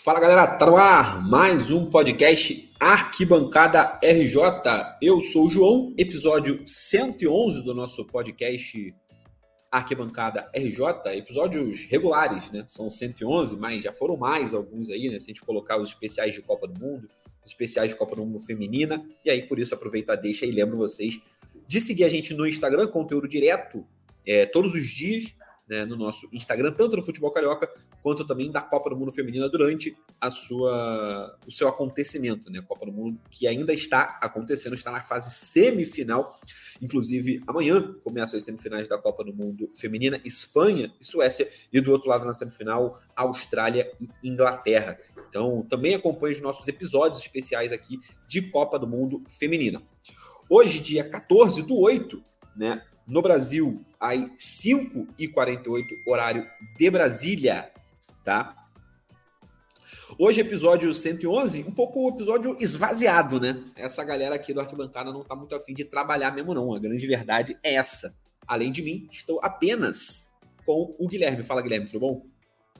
Fala galera, tá no ar mais um podcast Arquibancada RJ. Eu sou o João, episódio 111 do nosso podcast Arquibancada RJ, episódios regulares, né? São 111, mas já foram mais alguns aí, né? Se a gente colocar os especiais de Copa do Mundo, os especiais de Copa do Mundo feminina, e aí por isso aproveito a deixa e lembro vocês de seguir a gente no Instagram, conteúdo direto, todos os dias, né, no nosso Instagram, tanto no Futebol Carioca, quanto também da Copa do Mundo Feminina durante o seu acontecimento, né? A Copa do Mundo que ainda está acontecendo, está na fase semifinal. Inclusive, amanhã começam as semifinais da Copa do Mundo Feminina, Espanha e Suécia, e do outro lado na semifinal, Austrália e Inglaterra. Então, também acompanhe os nossos episódios especiais aqui de Copa do Mundo Feminina. Hoje, dia 14/8, né? No Brasil, às 5h48, horário de Brasília, tá? Hoje, episódio 111, um pouco o episódio esvaziado, né? Essa galera aqui do Arquibancada não tá muito afim de trabalhar mesmo, não. A grande verdade é essa. Além de mim, estou apenas com o Guilherme. Fala, Guilherme, tudo bom?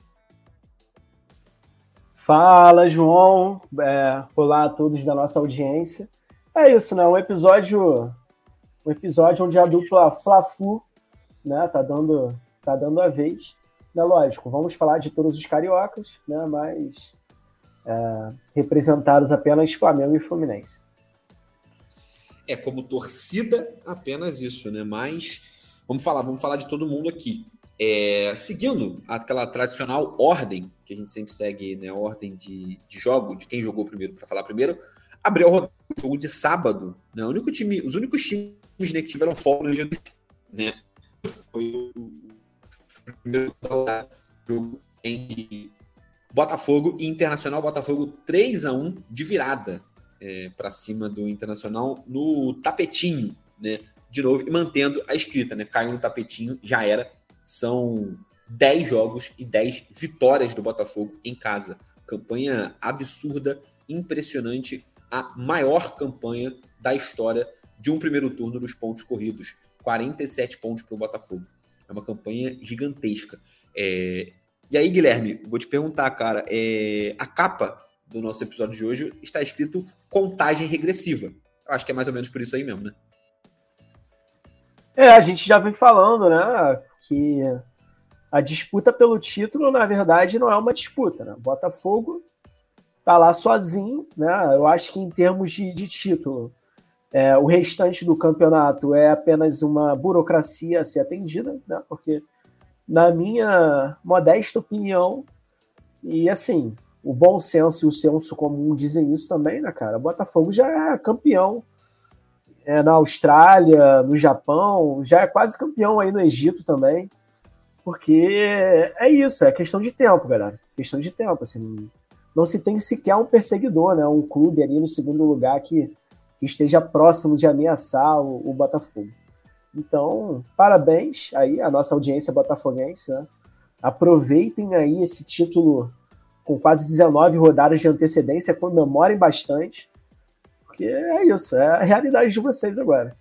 Fala, João. Olá a todos da nossa audiência. É isso, né? Um episódio onde a dupla Fla-Flu, né, tá dando a vez. Né, lógico, vamos falar de todos os cariocas, né, mas representados apenas Flamengo e Fluminense. Como torcida, apenas isso, né? Mas vamos falar de todo mundo aqui. Seguindo aquela tradicional ordem, que a gente sempre segue, né, a ordem de jogo, de quem jogou primeiro para falar primeiro, abriu o jogo de sábado, né? Os únicos times, né, que tiveram folga no dia do né? Foi o primeiro jogo em Botafogo e Internacional. Botafogo 3-1 de virada para cima do Internacional no tapetinho, né? De novo, e mantendo a escrita, né? Caiu no tapetinho, já era. São 10 jogos e 10 vitórias do Botafogo em casa. Campanha absurda, impressionante, a maior campanha da história de um primeiro turno dos pontos corridos. 47 pontos para o Botafogo. É uma campanha gigantesca. E aí, Guilherme, vou te perguntar, cara, a capa do nosso episódio de hoje está escrito contagem regressiva. Eu acho que é mais ou menos por isso aí mesmo, né? A gente já vem falando, né, que a disputa pelo título, na verdade, não é uma disputa, né? Botafogo tá lá sozinho, né? Eu acho que em termos de título, o restante do campeonato é apenas uma burocracia a ser atendida, né? Porque, na minha modesta opinião, e assim, o bom senso e o senso comum dizem isso também, né, cara? O Botafogo já é campeão na Austrália, no Japão, já é quase campeão aí no Egito também, porque é isso, é questão de tempo, galera. Questão de tempo, assim. Não se tem sequer um perseguidor, né? Um clube ali no segundo lugar que esteja próximo de ameaçar o Botafogo. Então, parabéns aí à nossa audiência botafoguense, né? Aproveitem aí esse título com quase 19 rodadas de antecedência, comemorem bastante, porque é isso, é a realidade de vocês agora.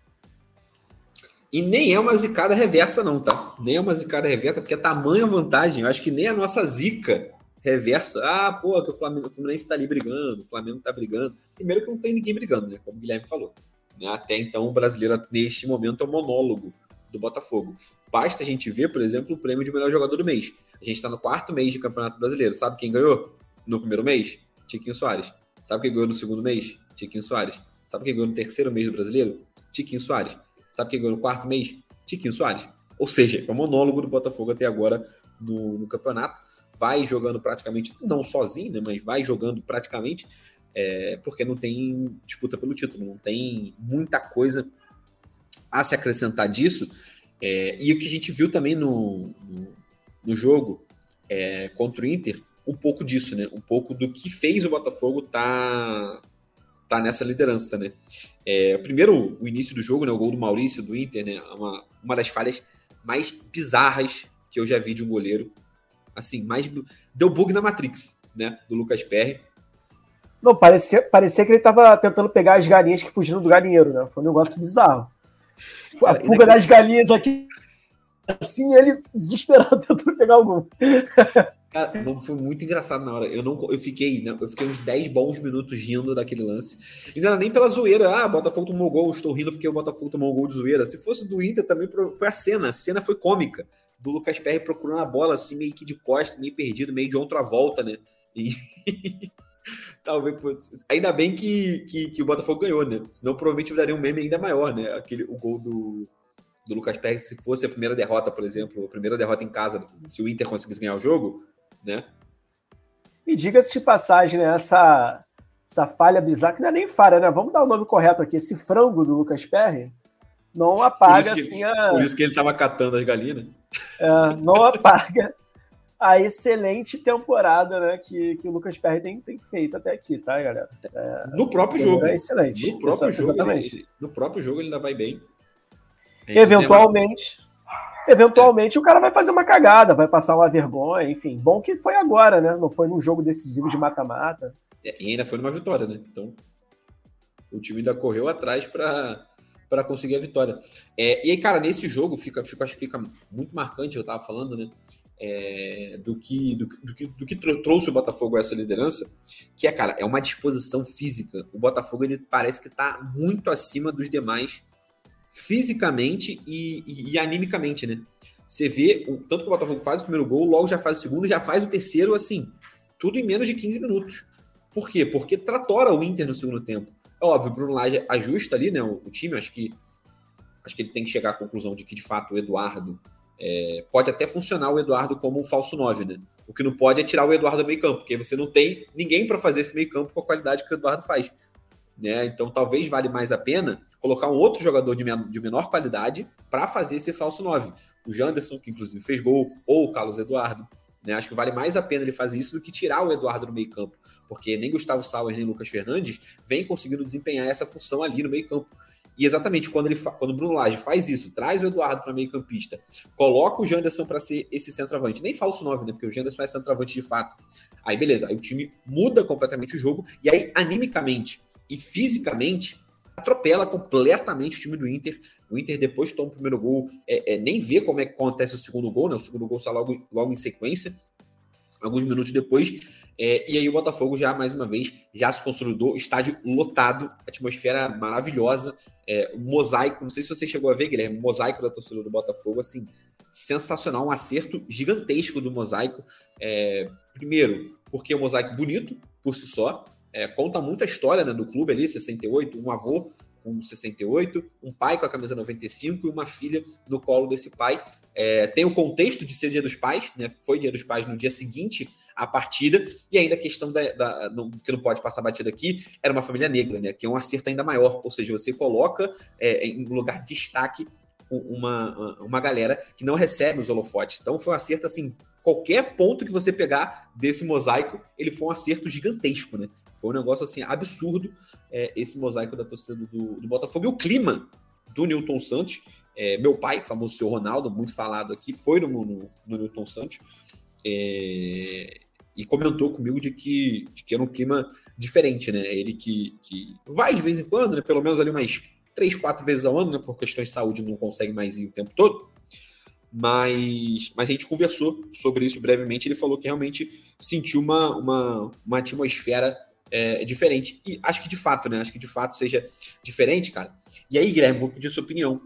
E nem é uma zicada reversa não, tá? Nem é uma zicada reversa, porque é tamanha vantagem. Eu acho que nem a nossa zica reversa, que o Fluminense tá ali brigando, o Flamengo tá brigando. Primeiro que não tem ninguém brigando, né? Como o Guilherme falou. Né? Até então, o brasileiro, neste momento, é o monólogo do Botafogo. Basta a gente ver, por exemplo, o prêmio de melhor jogador do mês. A gente tá no 4º mês de Campeonato Brasileiro. Sabe quem ganhou no primeiro mês? Tiquinho Soares. Sabe quem ganhou no segundo mês? Tiquinho Soares. Sabe quem ganhou no 3º mês do Brasileiro? Tiquinho Soares. Sabe quem ganhou no 4º mês? Tiquinho Soares. Ou seja, é o monólogo do Botafogo até agora no campeonato. Vai jogando praticamente, não sozinho, né, mas vai jogando praticamente, porque não tem disputa pelo título, não tem muita coisa a se acrescentar disso. E o que a gente viu também no jogo contra o Inter, um pouco disso, né? Um pouco do que fez o Botafogo tá nessa liderança, né? Primeiro, o início do jogo, né, o gol do Maurício, do Inter, né, uma das falhas mais bizarras que eu já vi de um goleiro. Assim, deu bug na Matrix, né, do Lucas Perry. Não, parecia que ele tava tentando pegar as galinhas que fugiram do galinheiro, né? Foi um negócio bizarro. A fuga das galinhas aqui, assim, ele desesperado tentando pegar algum. Cara, não, foi muito engraçado na hora. Eu fiquei uns 10 bons minutos rindo daquele lance. E não era nem pela zoeira. Ah, Botafogo tomou gol, estou rindo porque o Botafogo tomou gol de zoeira. Se fosse do Inter também foi a cena. A cena foi cômica. Do Lucas Perry procurando a bola, assim, meio que de costas, meio perdido, meio de outra volta, né? E talvez. Ainda bem que o Botafogo ganhou, né? Senão provavelmente daria um meme ainda maior, né? O gol do Lucas Perry, se fosse a primeira derrota, por exemplo, a primeira derrota em casa, se o Inter conseguisse ganhar o jogo, né? E diga-se de passagem, né? Essa falha bizarra, que não é nem falha, né? Vamos dar o nome correto aqui. Esse frango do Lucas Perry não apaga por isso que ele estava catando as galinhas. Não apaga a excelente temporada, né, que o Lucas Perry tem feito até aqui, tá, galera? No próprio jogo. É excelente. No próprio jogo, exatamente. No próprio jogo ele ainda vai bem. Eventualmente o cara vai fazer uma cagada, vai passar uma vergonha, enfim. Bom que foi agora, né? Não foi num jogo decisivo de mata-mata. E ainda foi numa vitória, né? Então, o time ainda correu atrás para conseguir a vitória. E aí, cara, nesse jogo, acho que fica muito marcante, eu tava falando, né? Do que trouxe o Botafogo a essa liderança, que cara, é uma disposição física. O Botafogo, ele parece que tá muito acima dos demais fisicamente e animicamente, né? Você vê, tanto que o Botafogo faz o primeiro gol, logo já faz o segundo, já faz o terceiro, assim, tudo em menos de 15 minutos. Por quê? Porque tratora o Inter no segundo tempo. É óbvio, o Bruno Lage ajusta ali, né, o time, acho que ele tem que chegar à conclusão de que, de fato, o Eduardo pode até funcionar o Eduardo como um falso 9, né? O que não pode é tirar o Eduardo do meio campo, porque você não tem ninguém para fazer esse meio campo com a qualidade que o Eduardo faz. Né? Então talvez vale mais a pena colocar um outro jogador de menor qualidade para fazer esse falso 9. O Janderson, que inclusive fez gol, ou o Carlos Eduardo. Né? Acho que vale mais a pena ele fazer isso do que tirar o Eduardo do meio campo, porque nem Gustavo Sauer nem Lucas Fernandes vem conseguindo desempenhar essa função ali no meio campo. E exatamente quando o Bruno Lage faz isso, traz o Eduardo para meio campista, coloca o Janderson para ser esse centroavante, nem falso 9, né? Porque o Janderson é centroavante de fato. Aí beleza, aí o time muda completamente o jogo, e aí animicamente e fisicamente atropela completamente o time do Inter. O Inter depois toma o primeiro gol, nem vê como é que acontece o segundo gol, né? O segundo gol sai logo em sequência, alguns minutos depois, e aí o Botafogo já, mais uma vez, já se consolidou, estádio lotado, atmosfera maravilhosa, o mosaico, não sei se você chegou a ver, Guilherme, o mosaico da torcida do Botafogo, assim, sensacional, um acerto gigantesco do mosaico, primeiro, porque é um mosaico bonito, por si só, conta muito a história, né, do clube ali, 68, um avô com 68, um pai com a camisa 95 e uma filha no colo desse pai. Tem o contexto de ser Dia dos Pais, né? Foi Dia dos Pais no dia seguinte à partida, e ainda a questão que não pode passar batida aqui, era uma família negra, né? Que é um acerto ainda maior, ou seja, você coloca em lugar de destaque uma galera que não recebe os holofotes. Então foi um acerto assim, qualquer ponto que você pegar desse mosaico, ele foi um acerto gigantesco, né? Foi um negócio assim absurdo, esse mosaico da torcida do Botafogo. E o clima do Newton Santos, meu pai, famoso senhor Ronaldo, muito falado aqui, foi no Newton Santos e comentou comigo de que era um clima diferente, né? Ele que vai de vez em quando, né? Pelo menos ali umas 3, 4 vezes ao ano, né? Por questões de saúde não consegue mais ir o tempo todo. Mas a gente conversou sobre isso brevemente. Ele falou que realmente sentiu uma atmosfera diferente. E acho que de fato, né? Acho que de fato seja diferente, cara. E aí, Guilherme, vou pedir sua opinião.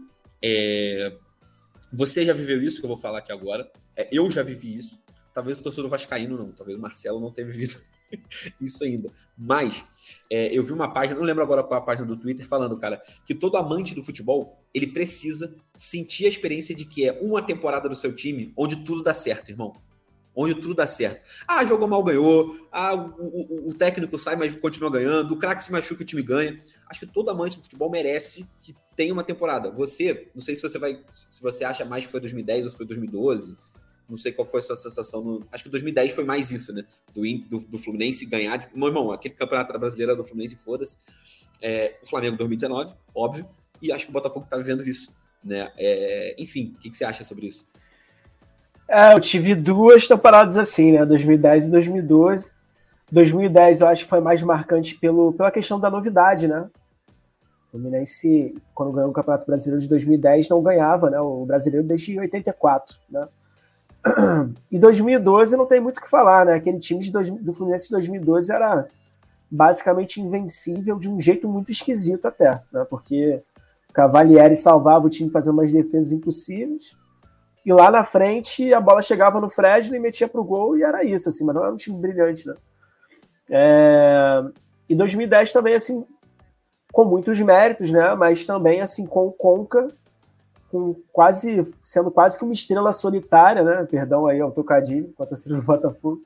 Você já viveu isso que eu vou falar aqui agora. Eu já vivi isso. Talvez o torcedor vascaíno não. Talvez o Marcelo não tenha vivido isso ainda. Mas eu vi uma página, não lembro agora qual é a página do Twitter, falando, cara, que todo amante do futebol, ele precisa sentir a experiência de que é uma temporada do seu time onde tudo dá certo, irmão. Onde tudo dá certo. Ah, jogou mal, ganhou. Ah, o técnico sai, mas continua ganhando. O craque se machuca, o time ganha. Acho que todo amante do futebol merece que tenha uma temporada. Você, não sei se você acha mais que foi 2010 ou foi 2012. Não sei qual foi a sua sensação. Acho que 2010 foi mais isso, né? Do Fluminense ganhar. Meu irmão, aquele campeonato brasileiro do Fluminense, foda-se. O Flamengo 2019, óbvio. E acho que o Botafogo tá vivendo isso, né? Enfim, o que você acha sobre isso? Eu tive 2 temporadas assim, né? 2010 e 2012. 2010 eu acho que foi mais marcante pela questão da novidade, né? O Fluminense, quando ganhou o Campeonato Brasileiro de 2010, não ganhava, né? O brasileiro desde 84, né? E 2012 não tem muito o que falar, né? Aquele time do Fluminense de 2012 era basicamente invencível de um jeito muito esquisito até, né? Porque o Cavalieri salvava o time fazendo umas defesas impossíveis, e lá na frente a bola chegava no Fred e metia pro gol, e era isso, assim, mas não era um time brilhante, né? E 2010 também, assim, com muitos méritos, né? Mas também, assim, com o Conca, sendo quase que uma estrela solitária, né? Perdão aí ao trocadilho com a torcida do Botafogo.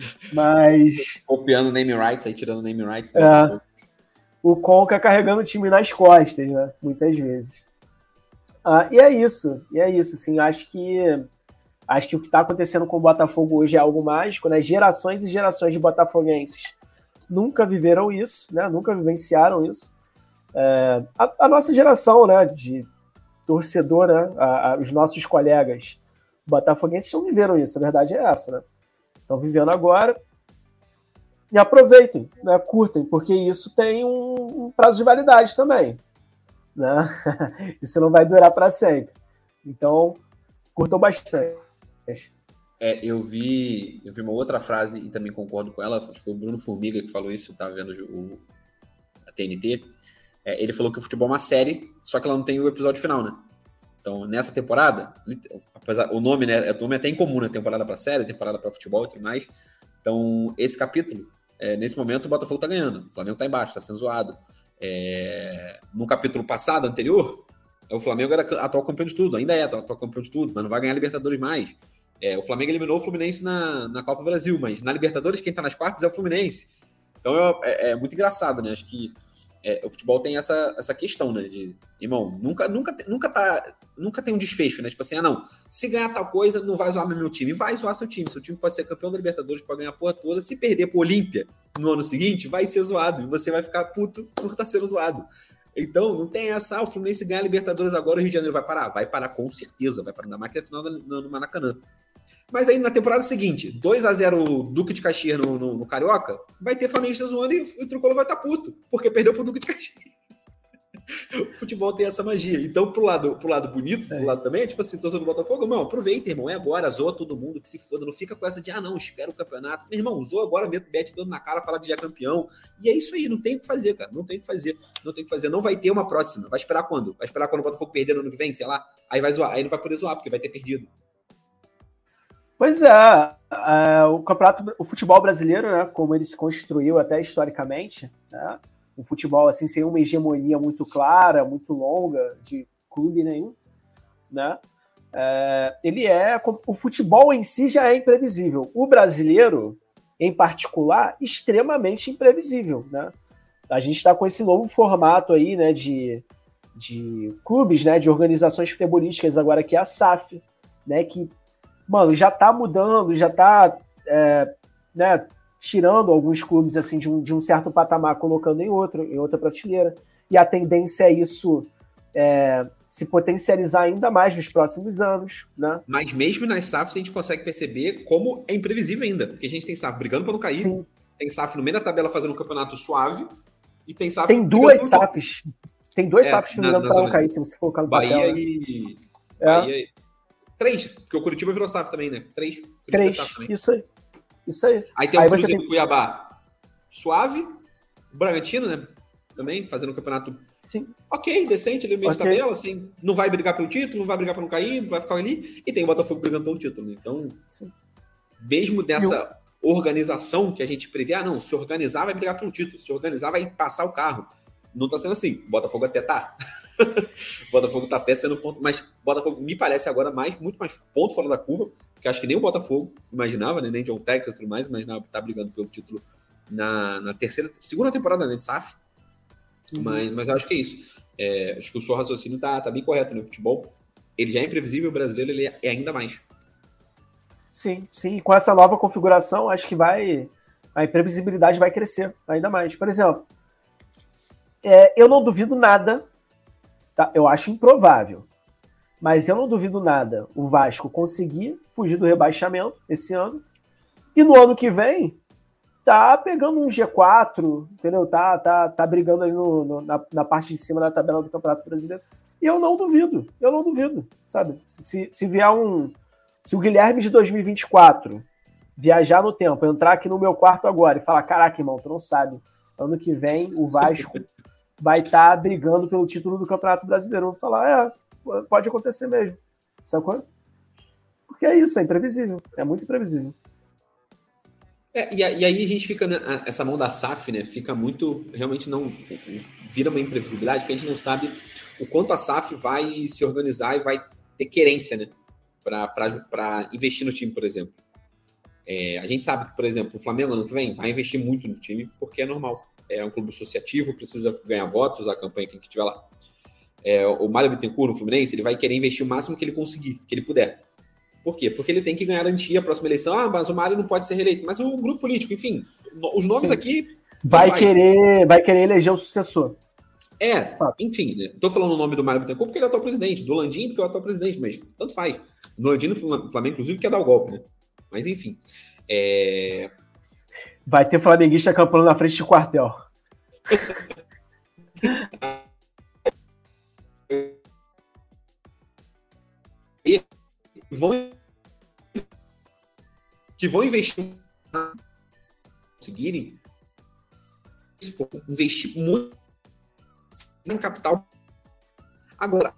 Mas. Copiando name rights, aí tirando name rights do Botafogo. O Conca carregando o time nas costas, né? Muitas vezes. E é isso, assim, acho que o que está acontecendo com o Botafogo hoje é algo mágico, né? Gerações e gerações de botafoguenses nunca viveram isso, né? Nunca vivenciaram isso. A nossa geração, né, de torcedor, né, os nossos colegas botafoguenses não viveram isso, a verdade é essa, né? Estão vivendo agora e aproveitem, né, curtem, porque isso tem um prazo de validade também, né? Isso não vai durar para sempre. Então, curtam bastante. Eu vi uma outra frase e também concordo com ela, foi o Bruno Formiga que falou isso, tá vendo a TNT. Ele falou que o futebol é uma série, só que ela não tem o episódio final, né? Então, nessa temporada, apesar o nome, né? O nome é até incomum, né? Temporada para série, temporada para futebol e tudo mais. Então, esse capítulo, nesse momento, o Botafogo tá ganhando. O Flamengo tá embaixo, tá sendo zoado. No capítulo passado, anterior, o Flamengo era atual campeão de tudo, ainda é atual campeão de tudo, mas não vai ganhar Libertadores mais. O Flamengo eliminou o Fluminense na Copa do Brasil, mas na Libertadores quem tá nas quartas é o Fluminense. Então é muito engraçado, né? Acho que o futebol tem essa questão, né? De, irmão, nunca tem um desfecho, né? Tipo assim, não, se ganhar tal coisa, não vai zoar meu time. Vai zoar seu time. Seu time pode ser campeão da Libertadores, pode ganhar a porra toda. Se perder pro Olímpia no ano seguinte, vai ser zoado. E você vai ficar puto por estar sendo zoado. Então, não tem essa, o Fluminense ganhar a Libertadores agora, o Rio de Janeiro vai parar? Vai parar com certeza, vai parar na máquina final no Maracanã. Mas aí na temporada seguinte, 2-0 Duque de Caxias no Carioca, vai ter Flamengo zoando e o Tricolor vai estar puto, porque perdeu pro Duque de Caxias. O futebol tem essa magia. Então, pro lado bonito, pro lado também, tipo assim, torcedor do Botafogo, irmão, aproveita, irmão, é agora, zoa todo mundo, que se foda, não fica com essa de, não, espera o campeonato. Meu irmão, zoa agora mesmo, mete dando na cara, fala que já é campeão. E é isso aí, não tem o que fazer, cara, não tem o que fazer. Não vai ter uma próxima. Vai esperar quando? Vai esperar quando o Botafogo perder no ano que vem, sei lá? Aí vai zoar, aí não vai poder zoar, porque vai ter perdido. Pois o futebol brasileiro, né, como ele se construiu até historicamente, né, o futebol assim sem uma hegemonia muito clara, muito longa de clube nenhum, né, o futebol em si já é imprevisível. O brasileiro, em particular, extremamente imprevisível, né? A gente está com esse novo formato aí, né, de clubes, né, de organizações futebolísticas agora que é a SAF, né, que mano, já tá mudando, já tá né, tirando alguns clubes assim de um certo patamar, colocando em outra prateleira. E a tendência é isso se potencializar ainda mais nos próximos anos, né? Mas mesmo nas SAFs a gente consegue perceber como é imprevisível ainda. Porque a gente tem SAF brigando para não cair, sim, tem SAF no meio da tabela fazendo um campeonato suave, e tem SAF... Tem duas SAFs. Tem dois SAFs brigando para não cair, se você colocar no papel. Bahia e... Bahia 3, porque o Curitiba virou SAF também, né? 3. 3, isso aí. Aí tem o Cruzeiro do Cuiabá suave, o Bragantino, né? Também, fazendo um campeonato ok, decente, ali no meio de tabela, assim, não vai brigar pelo título, não vai brigar para não cair, vai ficar ali, e tem o Botafogo brigando pelo título, né? Então, mesmo dessa organização que a gente prevê, não, se organizar vai brigar pelo título, se organizar vai passar o carro. Não tá sendo assim, o Botafogo até tá. O Botafogo tá até sendo ponto, mas o Botafogo me parece agora muito mais ponto fora da curva, porque acho que nem o Botafogo imaginava, né? Nem John Texas e tudo mais, imaginava estar brigando pelo título na segunda temporada, né, de SAF. Mas eu acho que é isso. Acho que o seu raciocínio tá bem correto, né? O futebol, ele já é imprevisível, o brasileiro ele é ainda mais. Sim, com essa nova configuração, acho que a imprevisibilidade vai crescer ainda mais. Por exemplo, eu não duvido nada, tá? Eu acho improvável, mas eu não duvido nada o Vasco conseguir fugir do rebaixamento esse ano, e no ano que vem tá pegando um G4, entendeu? Tá brigando ali na parte de cima da tabela do Campeonato Brasileiro. E eu não duvido, sabe? Se vier Se o Guilherme de 2024 viajar no tempo, entrar aqui no meu quarto agora e falar, caraca, irmão, tu não sabe, ano que vem o Vasco vai estar brigando pelo título do Campeonato Brasileiro. Eu vou falar, pode acontecer mesmo. Sacou? Porque é isso, é imprevisível. É muito imprevisível. E aí a gente fica, né, essa mão da SAF, né, fica muito, realmente não, vira uma imprevisibilidade, porque a gente não sabe o quanto a SAF vai se organizar e vai ter querência, né, para investir no time, por exemplo. A gente sabe que, por exemplo, o Flamengo ano que vem vai investir muito no time, porque é normal. É um clube associativo, precisa ganhar votos, a campanha quem que tiver lá. O Mário Bittencourt, no Fluminense, ele vai querer investir o máximo que ele conseguir, que ele puder. Por quê? Porque ele tem que garantir a próxima eleição. Mas o Mário não pode ser reeleito. Mas o grupo político, enfim, os nomes aqui... Vai querer eleger o sucessor. Enfim, né? Tô falando o nome do Mário Bittencourt porque ele é o atual presidente, do Landim porque é o atual presidente, mas tanto faz. Do Landim no Flamengo, inclusive, quer dar o golpe, né? Mas enfim. Vai ter flamenguista acampando na frente do quartel. Que vão investir, conseguirem investir muito em capital. Agora,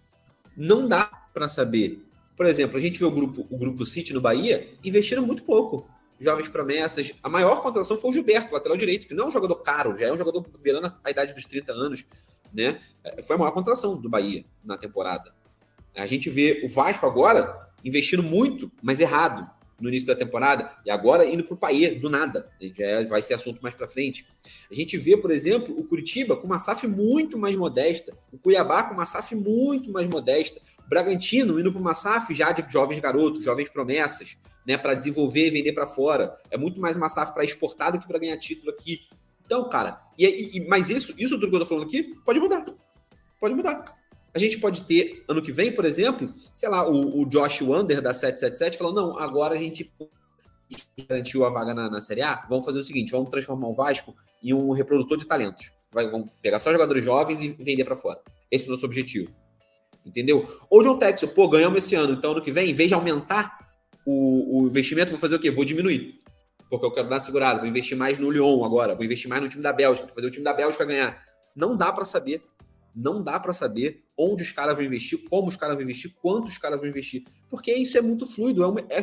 não dá para saber. Por exemplo, a gente vê o grupo City no Bahia investiram muito pouco. Jovens promessas. A maior contratação foi o Gilberto, lateral direito, que não é um jogador caro, já é um jogador beirando a idade dos 30 anos. Né? Foi a maior contratação do Bahia na temporada. A gente vê o Vasco agora investindo muito, mas errado, no início da temporada, e agora indo para o Payet, do nada. Já vai ser assunto mais para frente. A gente vê, por exemplo, o Curitiba com uma SAF muito mais modesta, o Cuiabá com uma SAF muito mais modesta, o Bragantino indo para uma SAF já de jovens garotos, jovens promessas, né, para desenvolver e vender para fora. É muito mais uma SAF para exportar do que para ganhar título aqui. Então, cara, mas isso tudo que eu tô falando aqui pode mudar. Pode mudar. A gente pode ter, ano que vem, por exemplo, sei lá, o Josh Wander da 777 falando, não, agora a gente garantiu a vaga na Série A, vamos fazer o seguinte, vamos transformar o Vasco em um reprodutor de talentos. Vamos pegar só jogadores jovens e vender para fora. Esse é o nosso objetivo. Entendeu? Ou John Texel, ganhamos esse ano, então ano que vem, em vez de aumentar o investimento, vou fazer o quê? Vou diminuir. Porque eu quero dar segurada, vou investir mais no Lyon agora, vou investir mais no time da Bélgica, para fazer o time da Bélgica ganhar. Não dá para saber. Não dá para saber onde os caras vão investir, como os caras vão investir, quantos os caras vão investir. Porque isso é muito fluido.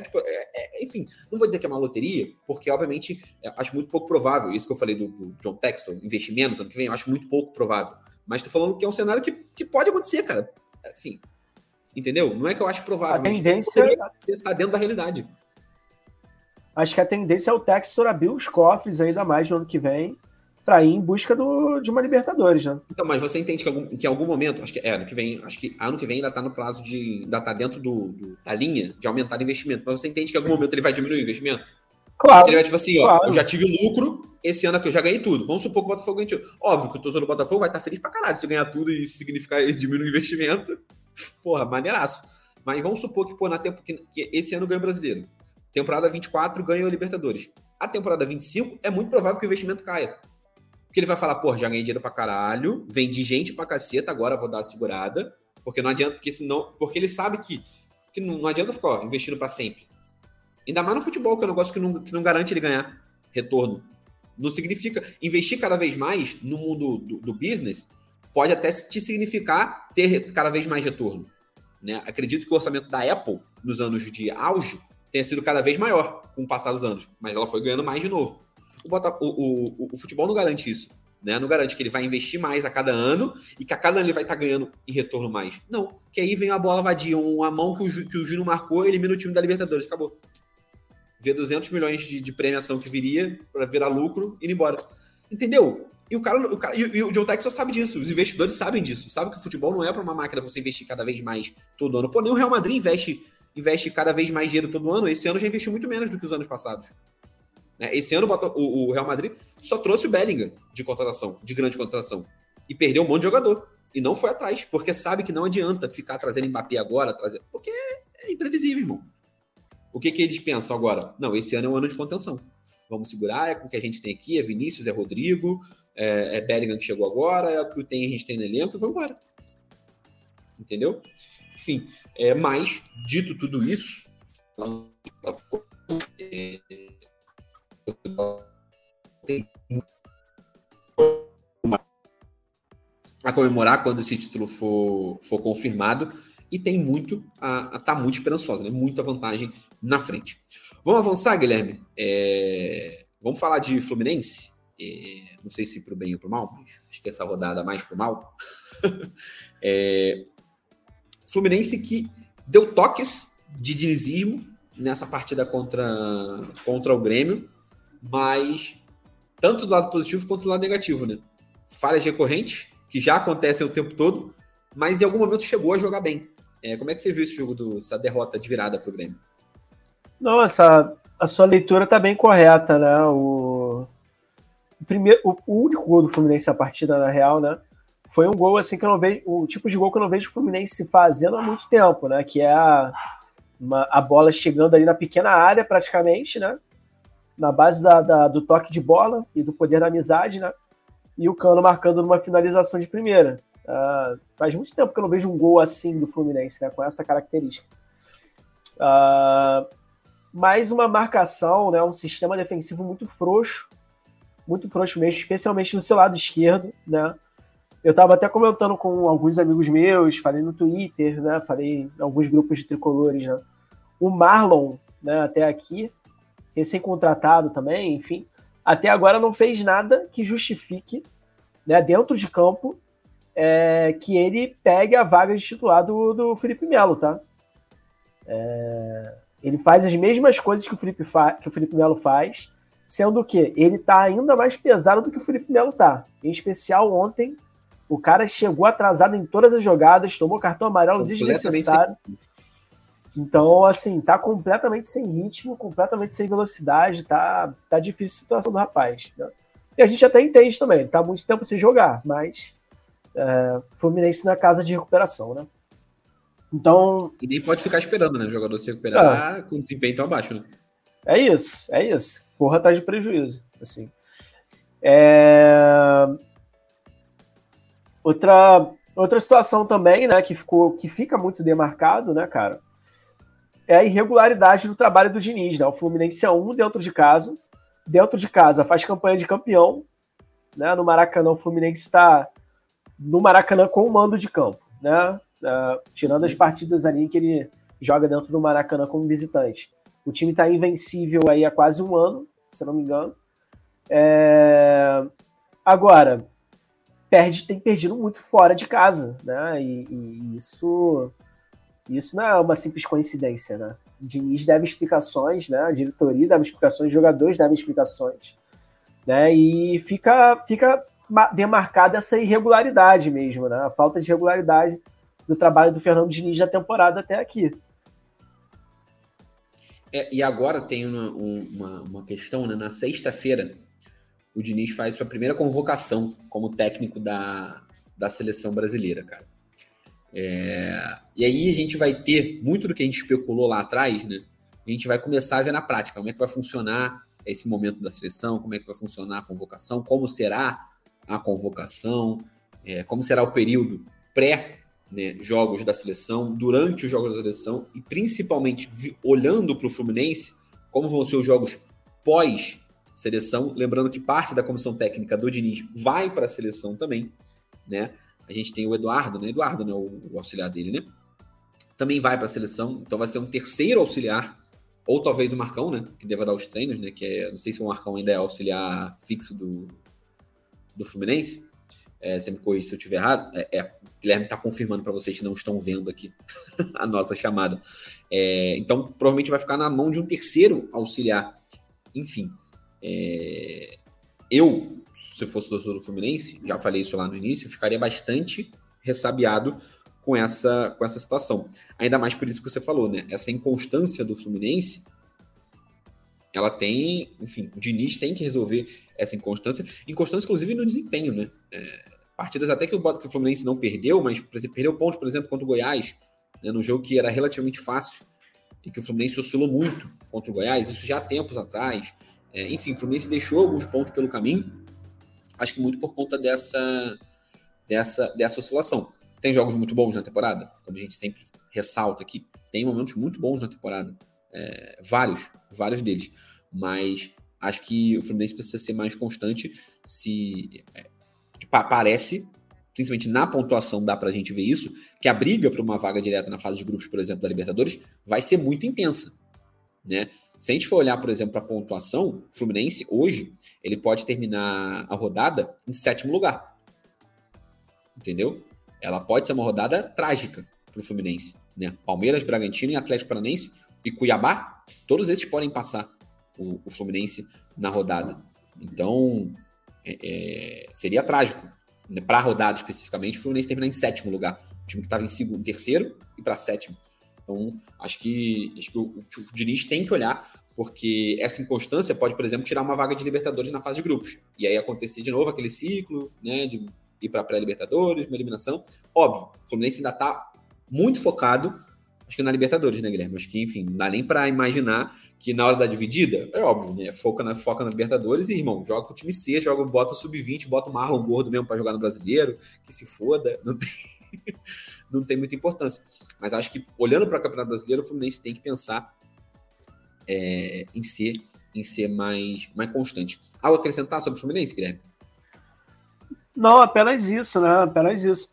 Enfim, não vou dizer que é uma loteria, porque, obviamente, acho muito pouco provável. Isso que eu falei do John Textor, investir menos ano que vem, eu acho muito pouco provável. Mas tô falando que é um cenário que pode acontecer, cara. Assim, entendeu? Não é que eu acho provável, a tendência está dentro da realidade. Acho que a tendência é o Textor abrir os cofres ainda mais no ano que vem, para ir em busca de uma Libertadores, né? Então, mas você entende que em algum momento, acho que ano que vem ainda está no prazo ainda está dentro da linha de aumentar o investimento, mas você entende que em algum momento ele vai diminuir o investimento? Claro. Ele vai tipo assim, claro. Eu já tive lucro, esse ano aqui eu já ganhei tudo. Vamos supor que o Botafogo ganhe tudo. Óbvio que o torcedor do Botafogo vai estar feliz pra caralho se ganhar tudo e isso significar diminuir o investimento. Porra, maneiraço. Mas vamos supor que, que esse ano ganha o Brasileiro. Temporada 24 ganha o Libertadores. A temporada 25 é muito provável que o investimento caia. Porque ele vai falar, já ganhei dinheiro pra caralho, vendi gente pra caceta, agora vou dar a segurada, porque não adianta, porque ele sabe que não adianta ficar investindo pra sempre. Ainda mais no futebol, que é um negócio que não garante ele ganhar retorno. Não significa, investir cada vez mais no mundo do business, pode até te significar ter cada vez mais retorno. Né? Acredito que o orçamento da Apple, nos anos de auge, tenha sido cada vez maior com o passar dos anos, mas ela foi ganhando mais de novo. O futebol não garante isso, né? Não garante que ele vai investir mais a cada ano e que a cada ano ele vai estar ganhando em retorno mais. Não, que aí vem a bola vadia, uma mão que o Júnior marcou, elimina o time da Libertadores, acabou. Vê 200 milhões de premiação que viria para virar lucro e ir embora. Entendeu? E o John Texel sabe disso, os investidores sabem disso, sabem que o futebol não é para uma máquina você investir cada vez mais todo ano. Nem o Real Madrid investe cada vez mais dinheiro todo ano, esse ano já investiu muito menos do que os anos passados. Esse ano o Real Madrid só trouxe o Bellingham de grande contratação, e perdeu um monte de jogador, e não foi atrás, porque sabe que não adianta ficar trazendo Mbappé agora, porque é imprevisível, irmão. O que eles pensam agora? Não, esse ano é um ano de contenção, vamos segurar, é com o que a gente tem aqui, é Vinícius, é Rodrigo, é Bellingham que chegou agora, é o que a gente tem no elenco, e vamos embora. Entendeu? Enfim, mas, dito tudo isso, a comemorar quando esse título for confirmado, e tem muito tá muito esperançosa, né? Muita vantagem na frente. Vamos avançar, Guilherme? Vamos falar de Fluminense? Não sei se pro bem ou pro mal, mas acho que essa rodada mais pro mal. Fluminense que deu toques de dinizismo nessa partida contra o Grêmio, mas tanto do lado positivo quanto do lado negativo, né? Falhas recorrentes, que já acontecem o tempo todo, mas em algum momento chegou a jogar bem. Como é que você viu esse jogo, essa derrota de virada pro Grêmio? Não, a sua leitura tá bem correta, né? O único gol do Fluminense na partida, na real, né? Foi um gol assim que eu não vejo, o tipo de gol que eu não vejo o Fluminense fazendo há muito tempo, né? Que é a bola chegando ali na pequena área, praticamente, né? Na base do toque de bola e do poder da amizade, né? E o Cano marcando numa finalização de primeira. Faz muito tempo que eu não vejo um gol assim do Fluminense, né? Com essa característica. Mais uma marcação, né? Um sistema defensivo muito frouxo mesmo, especialmente no seu lado esquerdo, né? Eu estava até comentando com alguns amigos meus, falei no Twitter, né? Falei em alguns grupos de tricolores, né? O Marlon, né? Até aqui, recém-contratado também, enfim, até agora não fez nada que justifique, né? Dentro de campo, que ele pegue a vaga de titular do Felipe Melo, tá? Ele faz as mesmas coisas que o Felipe Melo faz, sendo que ele tá ainda mais pesado do que o Felipe Melo tá. Em especial ontem, o cara chegou atrasado em todas as jogadas, tomou cartão amarelo desnecessário. Então, assim, tá completamente sem ritmo, completamente sem velocidade, tá difícil a situação do rapaz, né? E a gente até entende também, tá há muito tempo sem jogar, mas Fluminense na casa de recuperação, né? Então... E nem pode ficar esperando, né? O jogador se recuperar com desempenho tão abaixo, né? É isso. Corra atrás de prejuízo, assim. Outra situação também, né, que fica muito demarcado, né, cara, é a irregularidade do trabalho do Diniz, né? O Fluminense é dentro de casa faz campanha de campeão, né? No Maracanã, o Fluminense está no Maracanã com o mando de campo, né? Tirando as partidas ali que ele joga dentro do Maracanã como visitante. O time está invencível aí há quase um ano, se eu não me engano. Agora, tem perdido muito fora de casa, né? E isso não é uma simples coincidência, né? O Diniz deve explicações, né? A diretoria deve explicações, os jogadores devem explicações, né? E fica demarcada essa irregularidade mesmo, né? A falta de regularidade do trabalho do Fernando Diniz na temporada até aqui. E agora tem uma questão, né? Na sexta-feira, o Diniz faz sua primeira convocação como técnico da seleção brasileira, cara. E aí a gente vai ter muito do que a gente especulou lá atrás, né? A gente vai começar a ver na prática como é que vai funcionar esse momento da seleção, como é que vai funcionar a convocação, como será a convocação, como será o período pré-jogos da seleção, durante os jogos da seleção e principalmente olhando para o Fluminense, como vão ser os jogos pós-seleção, lembrando que parte da comissão técnica do Diniz vai para a seleção também, né? A gente tem o Eduardo, né? Eduardo, né? O auxiliar dele, né? Também vai para a seleção, então vai ser um terceiro auxiliar, ou talvez o Marcão, né? Que deva dar os treinos, né? Não sei se o Marcão ainda é auxiliar fixo do Fluminense. Você me corrige se eu estiver errado. O Guilherme está confirmando para vocês que não estão vendo aqui a nossa chamada. Então, provavelmente vai ficar na mão de um terceiro auxiliar. Enfim, se eu fosse torcedor do Fluminense, já falei isso lá no início, ficaria bastante ressabiado com essa situação. Ainda mais por isso que você falou, né? Essa inconstância do Fluminense, ela tem, enfim, o Diniz tem que resolver essa inconstância inclusive no desempenho, né? Partidas até que o Fluminense não perdeu, mas perdeu pontos, por exemplo, contra o Goiás, né, no jogo que era relativamente fácil e que o Fluminense oscilou muito contra o Goiás, isso já há tempos atrás. Enfim, o Fluminense deixou alguns pontos pelo caminho, acho que muito por conta dessa oscilação. Tem jogos muito bons na temporada, como a gente sempre ressalta aqui, tem momentos muito bons na temporada. vários deles. Mas acho que o Fluminense precisa ser mais constante. Parece, principalmente na pontuação, dá pra gente ver isso, que a briga para uma vaga direta na fase de grupos, por exemplo, da Libertadores, vai ser muito intensa, né? Se a gente for olhar, por exemplo, para a pontuação, o Fluminense, hoje, ele pode terminar a rodada em 7º lugar. Entendeu? Ela pode ser uma rodada trágica para o Fluminense, né? Palmeiras, Bragantino e Atlético Paranaense e Cuiabá, todos esses podem passar o Fluminense na rodada. Então, seria trágico, né? Para a rodada especificamente, o Fluminense terminar em 7º lugar. O time que estava em 3º e para 7º. Então, acho que o Diniz tem que olhar, porque essa inconstância pode, por exemplo, tirar uma vaga de Libertadores na fase de grupos. E aí acontecer de novo aquele ciclo, né, de ir para a pré-Libertadores, uma eliminação. Óbvio, o Fluminense ainda está muito focado, acho que na Libertadores, né, Guilherme? Acho que, enfim, não dá nem para imaginar que na hora da dividida, é óbvio, né, foca na Libertadores e, irmão, joga com o time C, bota o Sub-20, bota o Marlon Gordo mesmo para jogar no Brasileiro, que se foda, não tem muita importância. Mas acho que, olhando para o Campeonato Brasileiro, o Fluminense tem que pensar em ser mais constante. Algo a acrescentar sobre o Fluminense, Guilherme? Não, apenas isso, né? Apenas isso.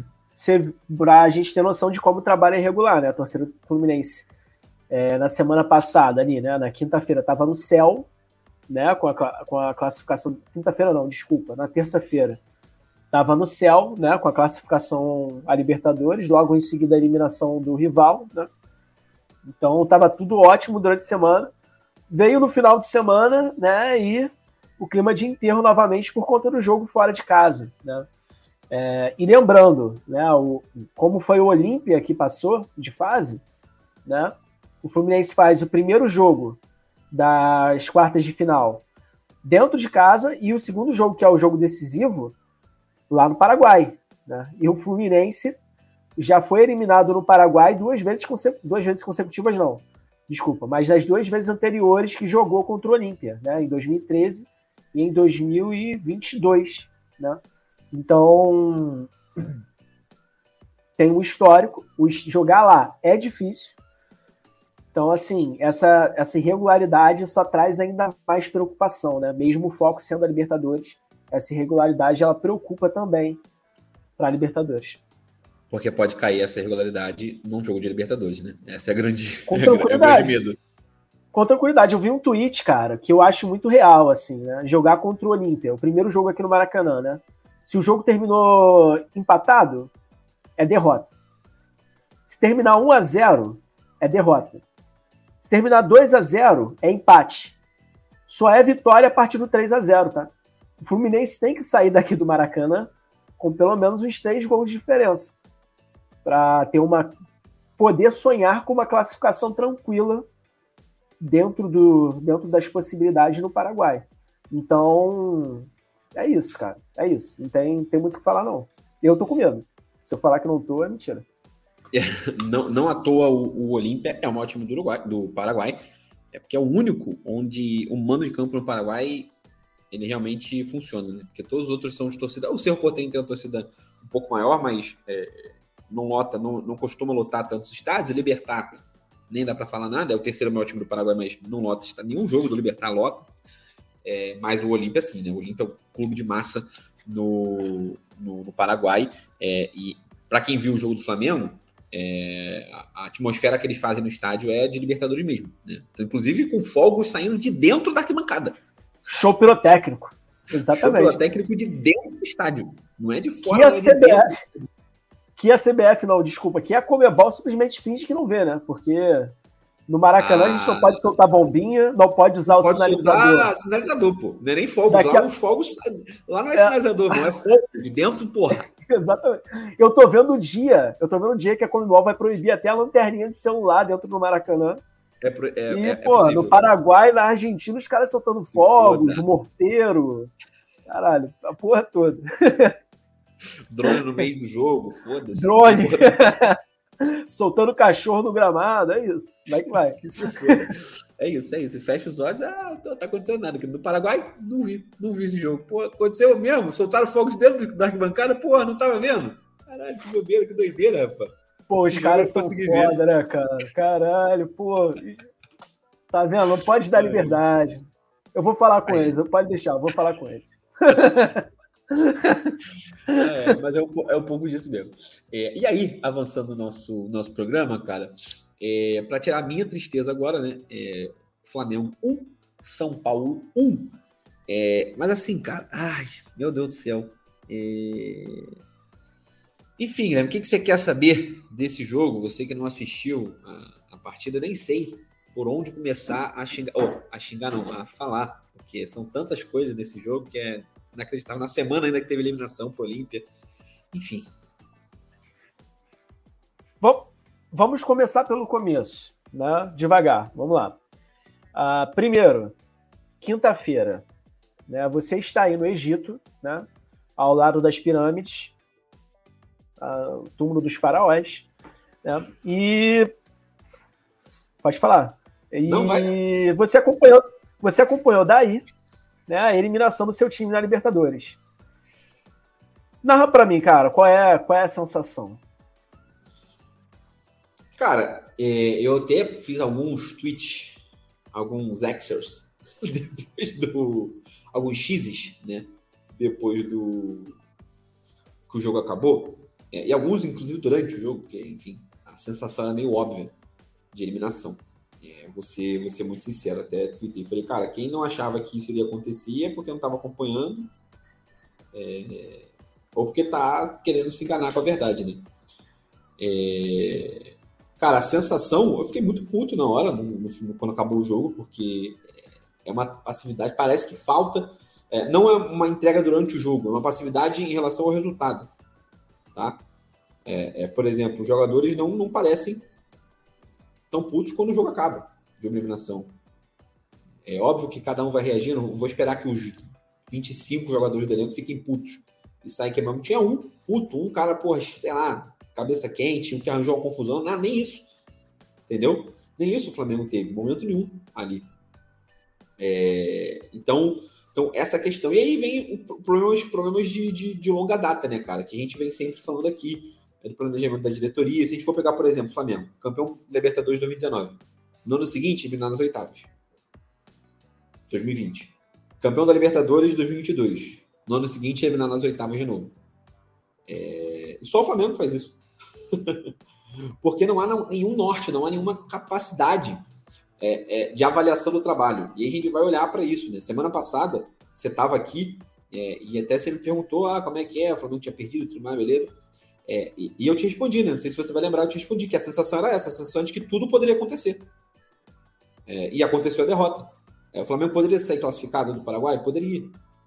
Pra gente ter noção de como o trabalho é irregular, né? A torcida do Fluminense, na semana passada, ali, né? Na quinta-feira, estava no céu, né? Com a classificação. Quinta-feira não, desculpa, na terça-feira. Estava no céu, né, com a classificação a Libertadores, logo em seguida a eliminação do rival, né? Então estava tudo ótimo durante a semana. Veio no final de semana, né, e o clima de enterro novamente por conta do jogo fora de casa, né? E lembrando, né, como foi o Olímpia que passou de fase, né? O Fluminense faz o primeiro jogo das quartas de final dentro de casa e o segundo jogo, que é o jogo decisivo, lá no Paraguai, né? E o Fluminense já foi eliminado no Paraguai duas vezes consecutivas, não. Desculpa, mas nas 2 vezes anteriores que jogou contra o Olímpia, né? Em 2013 e em 2022, né? Então, tem um histórico. Jogar lá é difícil. Então, assim, essa irregularidade só traz ainda mais preocupação, né? Mesmo o foco sendo a Libertadores, essa irregularidade, ela preocupa também para a Libertadores. Porque pode cair essa irregularidade num jogo de Libertadores, né? Essa é a grande, é o grande medo. Com tranquilidade. Eu vi um tweet, cara, que eu acho muito real, assim, né? Jogar contra o Olímpia, o primeiro jogo aqui no Maracanã, né? Se o jogo terminou empatado, é derrota. Se terminar 1-0, é derrota. Se terminar 2-0, é empate. Só é vitória a partir do 3-0, tá? O Fluminense tem que sair daqui do Maracanã com pelo menos uns 3 gols de diferença para poder sonhar com uma classificação tranquila dentro das possibilidades no Paraguai. Então, é isso, cara. É isso. Não tem muito o que falar, não. Eu tô com medo. Se eu falar que não tô, é mentira. Não à toa o Olímpia é o maior time do Paraguai. É porque é o único onde o mando de campo no Paraguai ele realmente funciona, né? Porque todos os outros são de torcida. O Cerro Porteño tem uma torcida um pouco maior, mas não costuma lotar tantos estádios. O Libertad nem dá para falar nada, é o terceiro maior time do Paraguai, mas não lota nenhum jogo do Libertad lota. Mas o Olímpia, sim, né? O Olímpia é um clube de massa no Paraguai. E para quem viu o jogo do Flamengo, a atmosfera que eles fazem no estádio é de Libertadores mesmo, né? Então, inclusive com fogos saindo de dentro da arquibancada. Show pirotécnico. Exatamente. Show pirotécnico de dentro do estádio. Não é de fora, não é de dentro. Que a CBF, não, desculpa, que a Conmebol simplesmente finge que não vê, né? Porque no Maracanã a gente não pode soltar bombinha, não pode usar o sinalizador. Soltar sinalizador, pô. Não é nem fogos. Lá não é sinalizador, não. É fogo. De dentro, porra. Exatamente. Eu tô vendo o dia que a Conmebol vai proibir até a lanterninha de celular dentro do Maracanã. No Paraguai, na Argentina, os caras soltando fogos, morteiro. Caralho, a porra toda. Drone no meio do jogo, foda-se. Drone. Soltando cachorro no gramado, é isso. Como é que vai? É isso. Fecha os olhos, não tá acontecendo nada. No Paraguai, não vi esse jogo. Pô, aconteceu mesmo? Soltaram fogo de dentro da arquibancada? Porra, não tava vendo? Caralho, que bobeira, que doideira, rapaz. Pô, os caras são foda, né, cara? Caralho, pô. Tá vendo? Não pode dar liberdade. Eu vou falar com eles, pode deixar, eu vou falar com eles. Mas é um pouco disso mesmo. E aí, avançando no nosso programa, cara, para tirar a minha tristeza agora, né? Flamengo 1, São Paulo 1. Mas assim, cara, ai, meu Deus do céu. Enfim, Guilherme, o que você quer saber desse jogo? Você que não assistiu a partida, eu nem sei por onde começar a xingar não, a falar, porque são tantas coisas nesse jogo que é inacreditável. Na semana ainda que teve eliminação pro Olímpia. Enfim. Vamos começar pelo começo, né? Devagar, vamos lá. Primeiro, quinta-feira, né? Você está aí no Egito, né? Ao lado das pirâmides, o túmulo dos faraós, né? E pode falar. Não vai. Você acompanhou daí, né, a eliminação do seu time na Libertadores. Narra pra mim, cara, qual é a sensação? Cara, eu até fiz alguns tweets, alguns exers, alguns x's, né, depois que o jogo acabou, e alguns, inclusive, durante o jogo, porque, enfim, a sensação é meio óbvia de eliminação. Vou ser muito sincero, até tuitei. Falei, cara, quem não achava que isso iria acontecer é porque não estava acompanhando, ou porque tá querendo se enganar com a verdade, né? Cara, a sensação, eu fiquei muito puto na hora, quando acabou o jogo, porque é uma passividade, parece que falta, não é uma entrega durante o jogo, é uma passividade em relação ao resultado, tá? Por exemplo, os jogadores não parecem tão putos quando o jogo acaba, de uma eliminação. É óbvio que cada um vai reagir, não vou esperar que os 25 jogadores do elenco fiquem putos e saem queimando. Tinha um puto, um cara, porra, sei lá, cabeça quente, um que arranjou uma confusão, nem isso, entendeu? Nem isso o Flamengo teve, momento nenhum ali. Então, essa questão. E aí vem problemas de longa data, né, cara, que a gente vem sempre falando aqui, do planejamento da diretoria. Se a gente for pegar, por exemplo, o Flamengo, campeão Libertadores 2019. No ano seguinte, eliminar nas oitavas. 2020. Campeão da Libertadores 2022. No ano seguinte, eliminar nas oitavas de novo. E só o Flamengo faz isso. Porque não há nenhum norte, não há nenhuma capacidade de avaliação do trabalho. E aí a gente vai olhar para isso, né? Semana passada, você estava aqui e até você me perguntou como é que o Flamengo tinha perdido, tudo mais, beleza? E eu te respondi, né? Não sei se você vai lembrar, eu te respondi que a sensação era essa, a sensação de que tudo poderia acontecer. E aconteceu a derrota. O Flamengo poderia sair classificado do Paraguai? Poderia.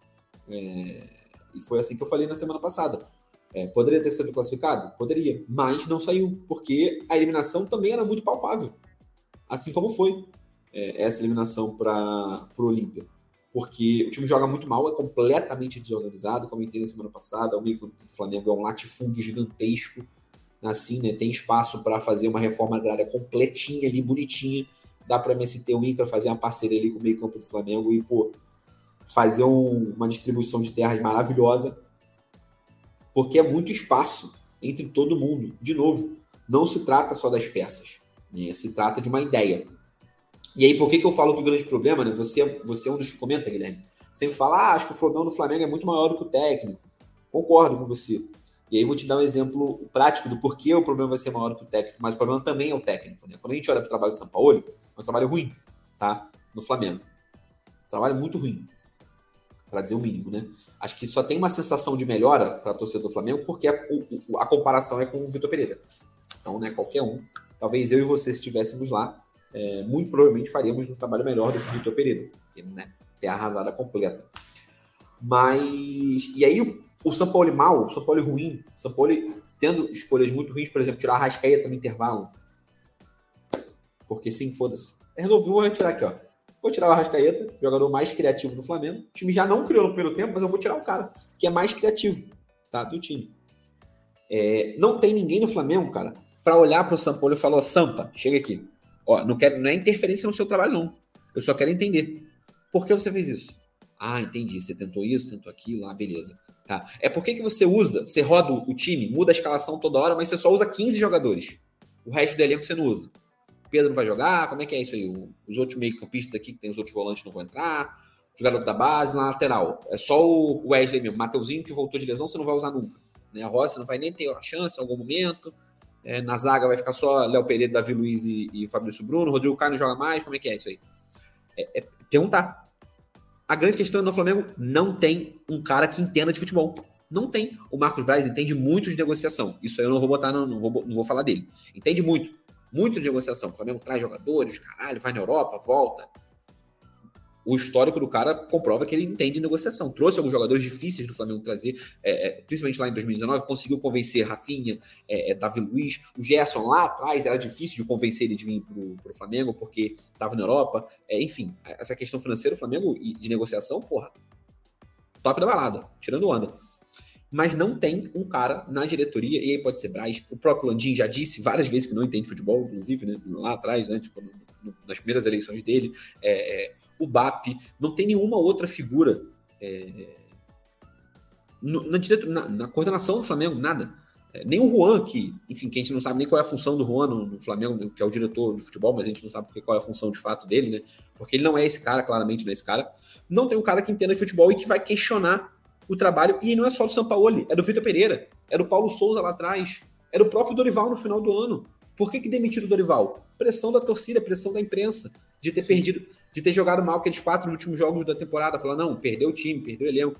E foi assim que eu falei na semana passada. Poderia ter sido classificado? Poderia. Mas não saiu, porque a eliminação também era muito palpável. Assim como foi essa eliminação para o Olímpia. Porque o time joga muito mal, é completamente desorganizado, comentei na semana passada, o meio do Flamengo é um latifúndio gigantesco, assim, né, tem espaço para fazer uma reforma agrária completinha ali, bonitinha, dá para a MST, o INCRA fazer uma parceria ali com o meio campo do Flamengo e, fazer uma distribuição de terras maravilhosa, porque é muito espaço entre todo mundo. De novo, não se trata só das peças, né, se trata de uma ideia. E aí, por que eu falo que o grande problema, né? Você é um dos que comenta, Guilherme. Sempre fala, acho que o problema do Flamengo é muito maior do que o técnico. Concordo com você. E aí vou te dar um exemplo prático do porquê o problema vai ser maior do que o técnico, mas o problema também é o técnico, né? Quando a gente olha para o trabalho do Sampaoli, é um trabalho ruim, tá? No Flamengo. Trabalho muito ruim, para dizer o mínimo, né? Acho que só tem uma sensação de melhora para a torcida do Flamengo porque a comparação é com o Vitor Pereira. Então, né, qualquer um. Talvez eu e você, se estivéssemos lá, muito provavelmente faríamos um trabalho melhor do que o Vitor Pereira, porque, né, tem a arrasada completa. Mas, e aí o Sampaoli mal, o Sampaoli ruim, o Sampaoli tendo escolhas muito ruins, por exemplo, tirar a Arrascaeta no intervalo, porque sim, foda-se. Vou retirar aqui, ó. Vou tirar o Arrascaeta, jogador mais criativo do Flamengo. O time já não criou no primeiro tempo, mas eu vou tirar o cara que é mais criativo, tá, do time. Não tem ninguém no Flamengo, cara, para olhar para o Sampaoli e falar, Sampa, chega aqui. Ó, não é interferência no seu trabalho, não. Eu só quero entender. Por que você fez isso? Entendi. Você tentou isso, tentou aquilo, beleza. Tá. Por que você roda o time, muda a escalação toda hora, mas você só usa 15 jogadores. O resto do elenco você não usa. Pedro não vai jogar? Como é que é isso aí? Os outros meio-campistas aqui, que tem os outros volantes, não vão entrar. Os garotos da base, na lateral. É só o Wesley mesmo. Mateuzinho, que voltou de lesão, você não vai usar nunca. Né? A Rossi não vai nem ter a chance em algum momento. Na zaga vai ficar só Léo Pereira, Davi Luiz e Fabrício Bruno. Rodrigo Caio não joga mais. Como é que é isso aí? Perguntar. A grande questão no Flamengo, não tem um cara que entenda de futebol. Não tem. O Marcos Braz entende muito de negociação. Isso aí eu não vou botar, não vou falar dele. Entende muito. Muito de negociação. O Flamengo traz jogadores, caralho, vai na Europa, volta. O histórico do cara comprova que ele entende de negociação. Trouxe alguns jogadores difíceis do Flamengo trazer, principalmente lá em 2019, conseguiu convencer Rafinha, Davi Luiz. O Gerson lá atrás era difícil de convencer ele de vir pro Flamengo, porque estava na Europa. Enfim, essa questão financeira do Flamengo e de negociação, porra, top da balada, tirando onda. Mas não tem um cara na diretoria, e aí pode ser Braz. O próprio Landim já disse várias vezes que não entende futebol, inclusive, né, lá atrás, né, tipo, nas primeiras eleições dele. O BAP, não tem nenhuma outra figura na coordenação do Flamengo, nada. Nem o Juan, que a gente não sabe nem qual é a função do Juan no Flamengo, que é o diretor de futebol, mas a gente não sabe qual é a função de fato dele, né? Porque ele não é esse cara, claramente não é esse cara. Não tem um cara que entenda de futebol e que vai questionar o trabalho, e não é só do Sampaoli, é do Vitor Pereira, é do Paulo Souza lá atrás, é do próprio Dorival no final do ano. Por que demitiram o Dorival? Pressão da torcida, pressão da imprensa, de ter perdido, de ter jogado mal aqueles 4 últimos jogos da temporada. Falar, não, perdeu o time, perdeu o elenco.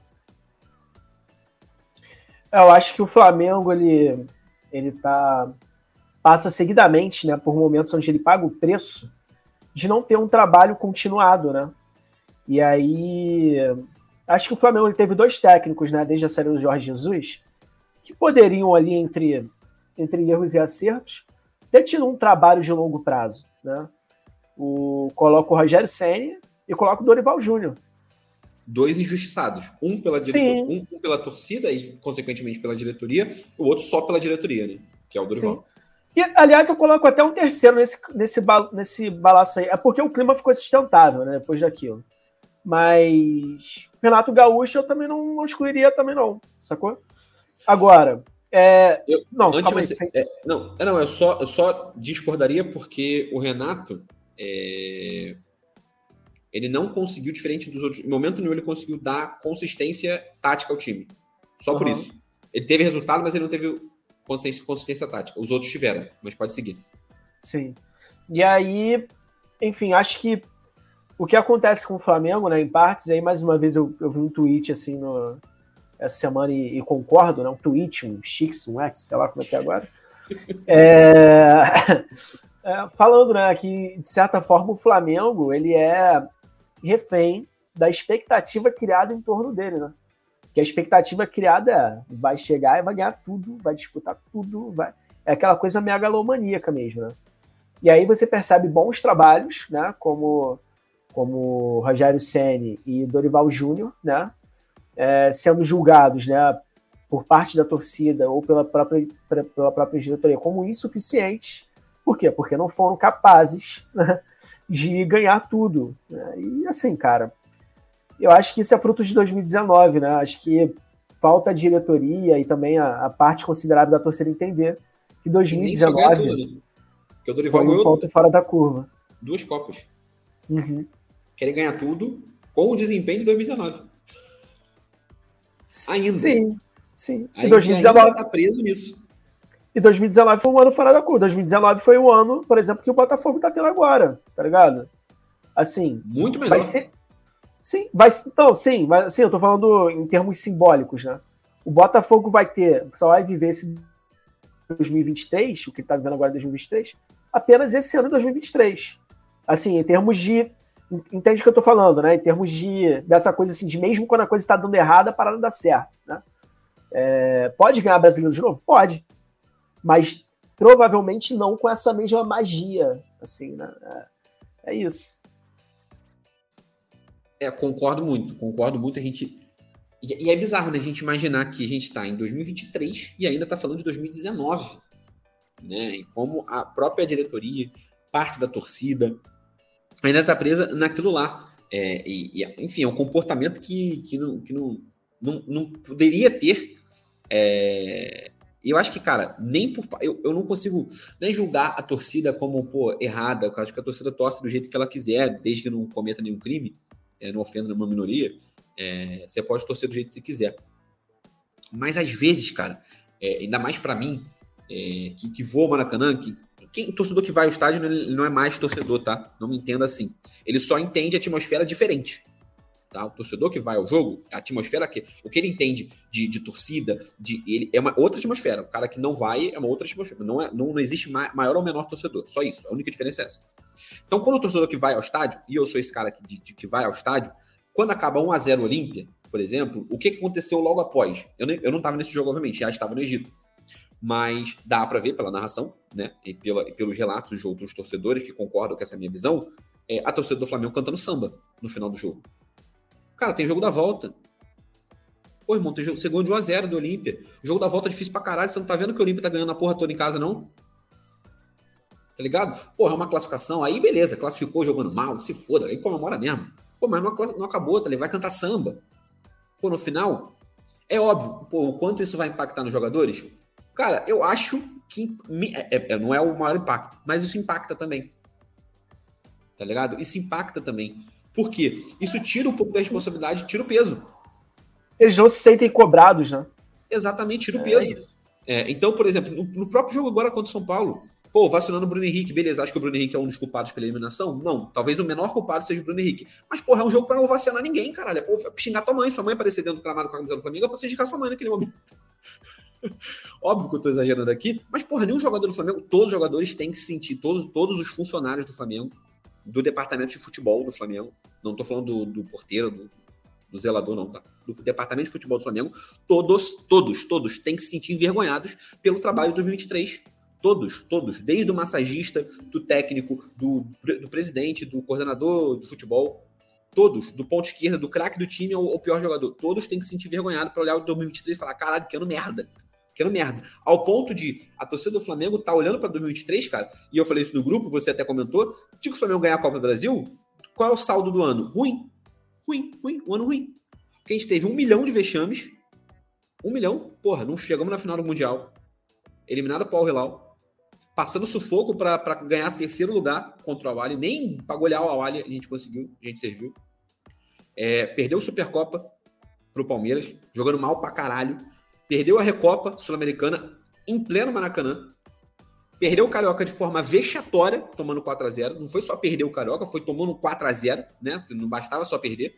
Eu acho que o Flamengo, ele passa seguidamente, né, por momentos onde ele paga o preço de não ter um trabalho continuado, né? E aí, acho que o Flamengo ele teve 2 técnicos, né, desde a saída do Jorge Jesus, que poderiam ali, entre erros e acertos, ter tido um trabalho de longo prazo, né? Coloco o Rogério Ceni e coloco o Dorival Júnior. 2 injustiçados. Um pela torcida e, consequentemente, pela diretoria, o outro só pela diretoria, né? Que é o Dorival. Sim. E, aliás, eu coloco até um terceiro nesse balaço aí. É porque o clima ficou sustentável, né? Depois daquilo. Mas Renato Gaúcho eu também não excluiria também, não. Sacou? Agora... eu só discordaria porque o Renato... ele não conseguiu, diferente dos outros, em momento nenhum ele conseguiu dar consistência tática ao time. Só por isso. Ele teve resultado, mas ele não teve consistência tática. Os outros tiveram, mas pode seguir. Sim. E aí, enfim, acho que o que acontece com o Flamengo, né, em partes, aí mais uma vez eu vi um tweet assim essa semana e concordo, né, um tweet, um X, um X, sei lá como é que é agora. Falando, né, que de certa forma o Flamengo ele é refém da expectativa criada em torno dele, né? Que a expectativa criada vai chegar e vai ganhar tudo, vai disputar tudo, é aquela coisa megalomaníaca mesmo, né? E aí você percebe bons trabalhos, né, como Rogério Ceni e Dorival Júnior, né, sendo julgados, né, por parte da torcida ou pela própria diretoria como insuficientes. Por quê? Porque não foram capazes, né, de ganhar tudo. Né? E assim, cara, eu acho que isso é fruto de 2019, né? Acho que falta a diretoria e também a parte considerável da torcida entender que 2019 tudo, né? Porque o Dorival foi um ponto fora da curva. 2 Copas. Uhum. Querem ganhar tudo com o desempenho de 2019. Ainda. Sim. E 2019 está preso nisso. E 2019 foi um ano fora da curva. 2019 foi um ano, por exemplo, que o Botafogo tá tendo agora, tá ligado? Assim... Muito melhor. Vai ser... Sim, eu tô falando em termos simbólicos, né? O Botafogo só vai viver esse 2023, o que ele tá vivendo agora em 2023, apenas esse ano de 2023. Assim, em termos de... Entende o que eu tô falando, né? Em termos dessa coisa assim, de mesmo quando a coisa tá dando errada, a parada dá certo, né? Pode ganhar brasileiro de novo? Pode. Mas provavelmente não com essa mesma magia, assim, né? É isso. Concordo muito. A gente... E é bizarro, né? A gente imaginar que a gente está em 2023 e ainda está falando de 2019, né? E como a própria diretoria, parte da torcida, ainda está presa naquilo lá. Enfim, é um comportamento que não poderia ter E eu acho que, cara, nem por... Eu não consigo nem julgar a torcida como, errada. Eu acho que a torcida torce do jeito que ela quiser, desde que não cometa nenhum crime, não ofenda nenhuma minoria. Você pode torcer do jeito que você quiser. Mas, às vezes, cara, ainda mais pra mim, que vou ao Maracanã, o torcedor que vai ao estádio ele não é mais torcedor, tá? Não me entenda assim. Ele só entende a atmosfera diferente. Tá? O torcedor que vai ao jogo, a atmosfera o que ele entende de torcida, ele é uma outra atmosfera. O cara que não vai é uma outra atmosfera. Não existe maior ou menor torcedor. Só isso. A única diferença é essa. Então, quando o torcedor que vai ao estádio, e eu sou esse cara que vai ao estádio, quando acaba 1-0 Olímpia, por exemplo, o que aconteceu logo após? Eu não estava nesse jogo, obviamente, já estava no Egito. Mas dá para ver pela narração, né, e pelos relatos de outros torcedores que concordam com essa minha visão, a torcida do Flamengo cantando samba no final do jogo. Cara, tem jogo da volta. Pô, irmão, você ganhou de 1-0 do Olímpia. Jogo da volta é difícil pra caralho. Você não tá vendo que o Olímpia tá ganhando a porra toda em casa, não? Tá ligado? Porra, é uma classificação. Aí, beleza, classificou jogando mal, se foda. Aí comemora mesmo. Pô, mas não acabou, tá ligado? Vai cantar samba. Pô, no final, é óbvio. Pô, o quanto isso vai impactar nos jogadores? Cara, eu acho que não é o maior impacto, mas isso impacta também. Tá ligado? Isso impacta também. Por quê? Isso tira um pouco da responsabilidade, tira o peso. Eles não se sentem cobrados, né? Exatamente, tira o peso. Então, por exemplo, no próprio jogo agora contra o São Paulo, vacilando o Bruno Henrique, beleza, acho que o Bruno Henrique é um dos culpados pela eliminação? Não, talvez o menor culpado seja o Bruno Henrique. Mas, é um jogo pra não vacilar ninguém, caralho. Xingar tua mãe aparecer dentro do gramado com a camisa do Flamengo é pra você xingar sua mãe naquele momento. Óbvio que eu tô exagerando aqui, mas, nenhum jogador do Flamengo, todos os jogadores têm que se sentir, todos os funcionários do Flamengo, do departamento de futebol do Flamengo, não tô falando do porteiro, do zelador, não, tá? Do departamento de futebol do Flamengo, todos têm que se sentir envergonhados pelo trabalho de 2023. Todos, desde o massagista, do técnico, do presidente, do coordenador de futebol, todos, do ponto esquerda, do craque do time ao pior jogador, todos têm que se sentir envergonhados para olhar o 2023 e falar, caralho, que ano merda. Ao ponto de a torcida do Flamengo tá olhando para 2023, cara, e eu falei isso no grupo, você até comentou, que o Flamengo ganhar a Copa do Brasil, qual é o saldo do ano? Ruim, um ano ruim. Porque a gente teve 1 milhão de vexames, 1 milhão, não chegamos na final do Mundial, eliminado para o Al-Hilal, passando sufoco para ganhar terceiro lugar contra o Al-Ahly, nem para golear o Al-Ahly a gente conseguiu, a gente serviu. Perdeu a Supercopa pro Palmeiras, jogando mal pra caralho. Perdeu a Recopa Sul-Americana em pleno Maracanã. Perdeu o Carioca de forma vexatória, tomando 4-0. Não foi só perder o Carioca, foi tomando 4-0, né? Não bastava só perder.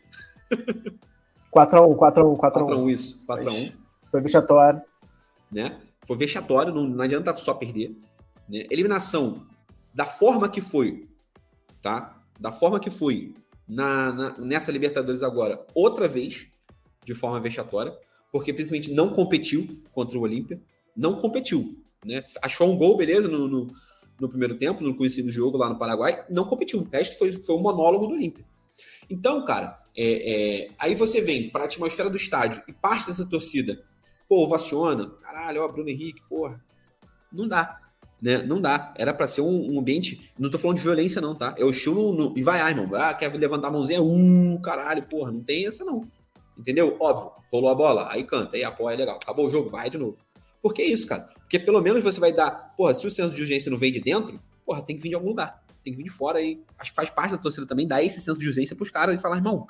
4-1. Isso, 4-1. Foi vexatório. Né? Foi vexatório, não adianta só perder. Né? Eliminação da forma que foi, tá? Da forma que foi nessa Libertadores agora, outra vez, de forma vexatória, porque principalmente não competiu contra o Olímpia, não competiu, né? Achou um gol, beleza, no primeiro tempo, no conhecido jogo lá no Paraguai, não competiu, o resto foi um monólogo do Olímpia. Então, cara, aí você vem para a atmosfera do estádio e parte dessa torcida, ovaciona, caralho, Bruno Henrique, não dá, né? Não dá, era para ser um ambiente, não tô falando de violência não, tá? É o estilo e vai, irmão, quer levantar a mãozinha, caralho, não tem essa não. Entendeu? Óbvio, rolou a bola, aí canta, aí apoia, legal. Acabou o jogo, vai de novo. Por que isso, cara? Porque pelo menos você vai dar... se o senso de urgência não vem de dentro, tem que vir de algum lugar. Tem que vir de fora e acho que faz parte da torcida também dar esse senso de urgência pros caras e falar, irmão,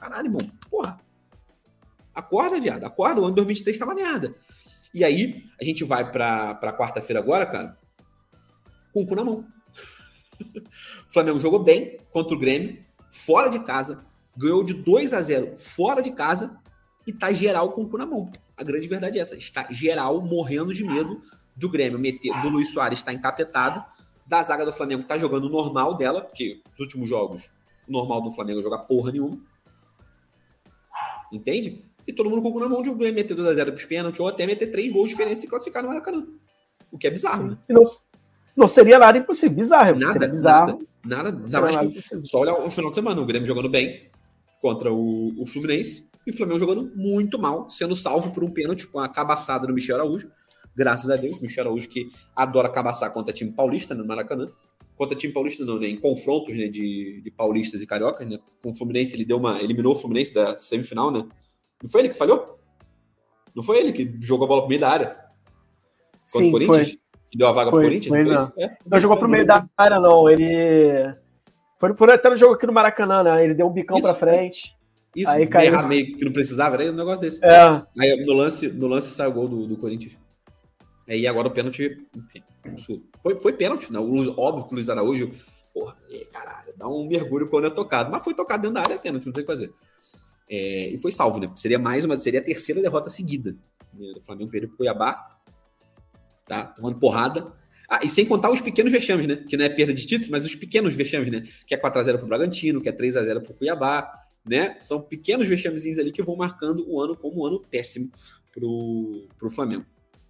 acorda, viado, acorda, o ano 2023 tá uma merda. E aí, a gente vai pra quarta-feira agora, cara, com o cu na mão. O Flamengo jogou bem contra o Grêmio, fora de casa, ganhou de 2-0 fora de casa, e tá geral com o cu na mão. A grande verdade é essa. Está geral morrendo de medo do Grêmio. Do Luiz Soares está encapetado. Da zaga do Flamengo tá jogando normal dela, porque nos últimos jogos, o normal do Flamengo é jogar porra nenhuma. Entende? E todo mundo com o cu na mão de o Grêmio meter 2-0 pros pênaltis, ou até meter 3 gols de diferença e classificar no Maracanã. O que é bizarro, né? Não seria nada impossível. Bizarro. Nada mais que só olhar o final de semana. O Grêmio jogando bem contra o Fluminense. E o Flamengo jogando muito mal, sendo salvo por um pênalti com a cabaçada do Michel Araújo. Graças a Deus, Michel Araújo que adora cabaçar contra time paulista, né, no Maracanã. Contra time paulista não, né, em confrontos, né, de paulistas e cariocas, né. Com o Fluminense ele eliminou o Fluminense da semifinal, né. Não foi ele que falhou? Não foi ele que jogou a bola pro meio da área? Contra o Corinthians? Foi. Que deu a vaga pro Corinthians, foi, não foi não. isso? Não jogou pro meio da área, não. Ele... Foi até no jogo aqui no Maracanã, né? Ele deu um bicão pra frente. Isso, aí caiu. Errado meio que não precisava, era um negócio desse. Aí no lance saiu o gol do Corinthians. Aí agora o pênalti, enfim, foi pênalti, né? Óbvio que o Luiz Araújo, porra, caralho, dá um mergulho quando é tocado. Mas foi tocado dentro da área, é pênalti, não tem o que fazer. E foi salvo, né? Seria a terceira derrota seguida. Né? O Flamengo perdeu pro Cuiabá, tá? Tomando porrada. E sem contar os pequenos vexames, né? Que não é perda de título, mas os pequenos vexames, né? Que é 4x0 pro Bragantino, que é 3x0 pro Cuiabá, né? São pequenos vexamezinhos ali que vão marcando o ano como um ano péssimo pro Flamengo.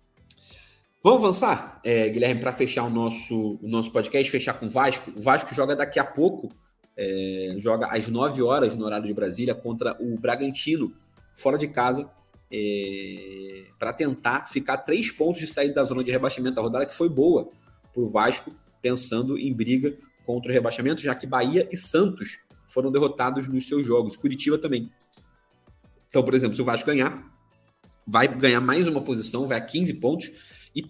Vamos avançar, Guilherme, para fechar o nosso podcast, fechar com o Vasco. O Vasco joga daqui a pouco, joga às 9 horas no horário de Brasília contra o Bragantino, fora de casa, para tentar ficar 3 pontos de saída da zona de rebaixamento. A rodada que foi boa para o Vasco, pensando em briga contra o rebaixamento, já que Bahia e Santos foram derrotados nos seus jogos. Curitiba também. Então, por exemplo, se o Vasco ganhar, vai ganhar mais uma posição, vai a 15 pontos e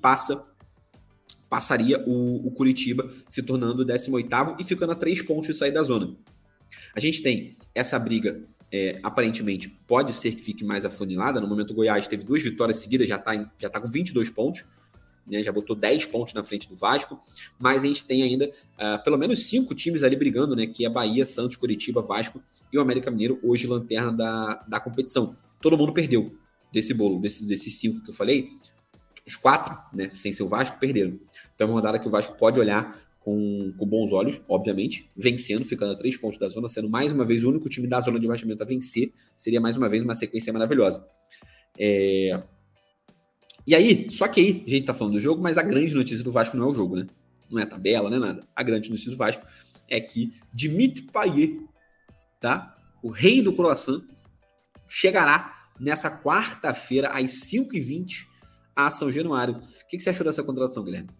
passaria o Curitiba, se tornando o 18º e ficando a 3 pontos de sair da zona. A gente tem essa briga, aparentemente, pode ser que fique mais afunilada. No momento, o Goiás teve 2 vitórias seguidas, já tá com 22 pontos, né, já botou 10 pontos na frente do Vasco, mas a gente tem ainda pelo menos 5 times ali brigando, né, que é Bahia, Santos, Curitiba, Vasco e o América Mineiro, hoje lanterna da competição. Todo mundo perdeu desse bolo, desses 5 que eu falei. Os 4, né, sem ser o Vasco, perderam. Então é uma rodada que o Vasco pode olhar com bons olhos, obviamente, vencendo, ficando a 3 pontos da zona, sendo mais uma vez o único time da zona de rebaixamento a vencer. Seria mais uma vez uma sequência maravilhosa. E aí, só que aí, a gente tá falando do jogo, mas a grande notícia do Vasco não é o jogo, né? Não é a tabela, não é nada. A grande notícia do Vasco é que Dimitri Payet, tá? O rei do croissant, chegará nessa quarta-feira, às 5h20, a São Januário. O que você achou dessa contratação, Guilherme?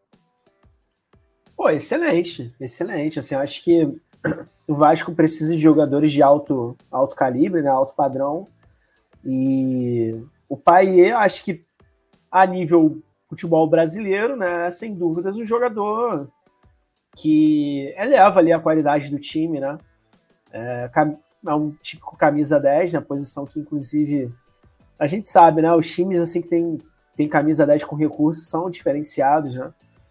Pô, excelente. Assim, acho que o Vasco precisa de jogadores de alto calibre, né, alto padrão. E o Payet, acho que a nível futebol brasileiro, né, sem dúvidas, um jogador que eleva ali a qualidade do time, né? É um típico camisa 10, na posição que, inclusive, a gente sabe, né? Os times assim que tem camisa 10 com recursos são diferenciados, né?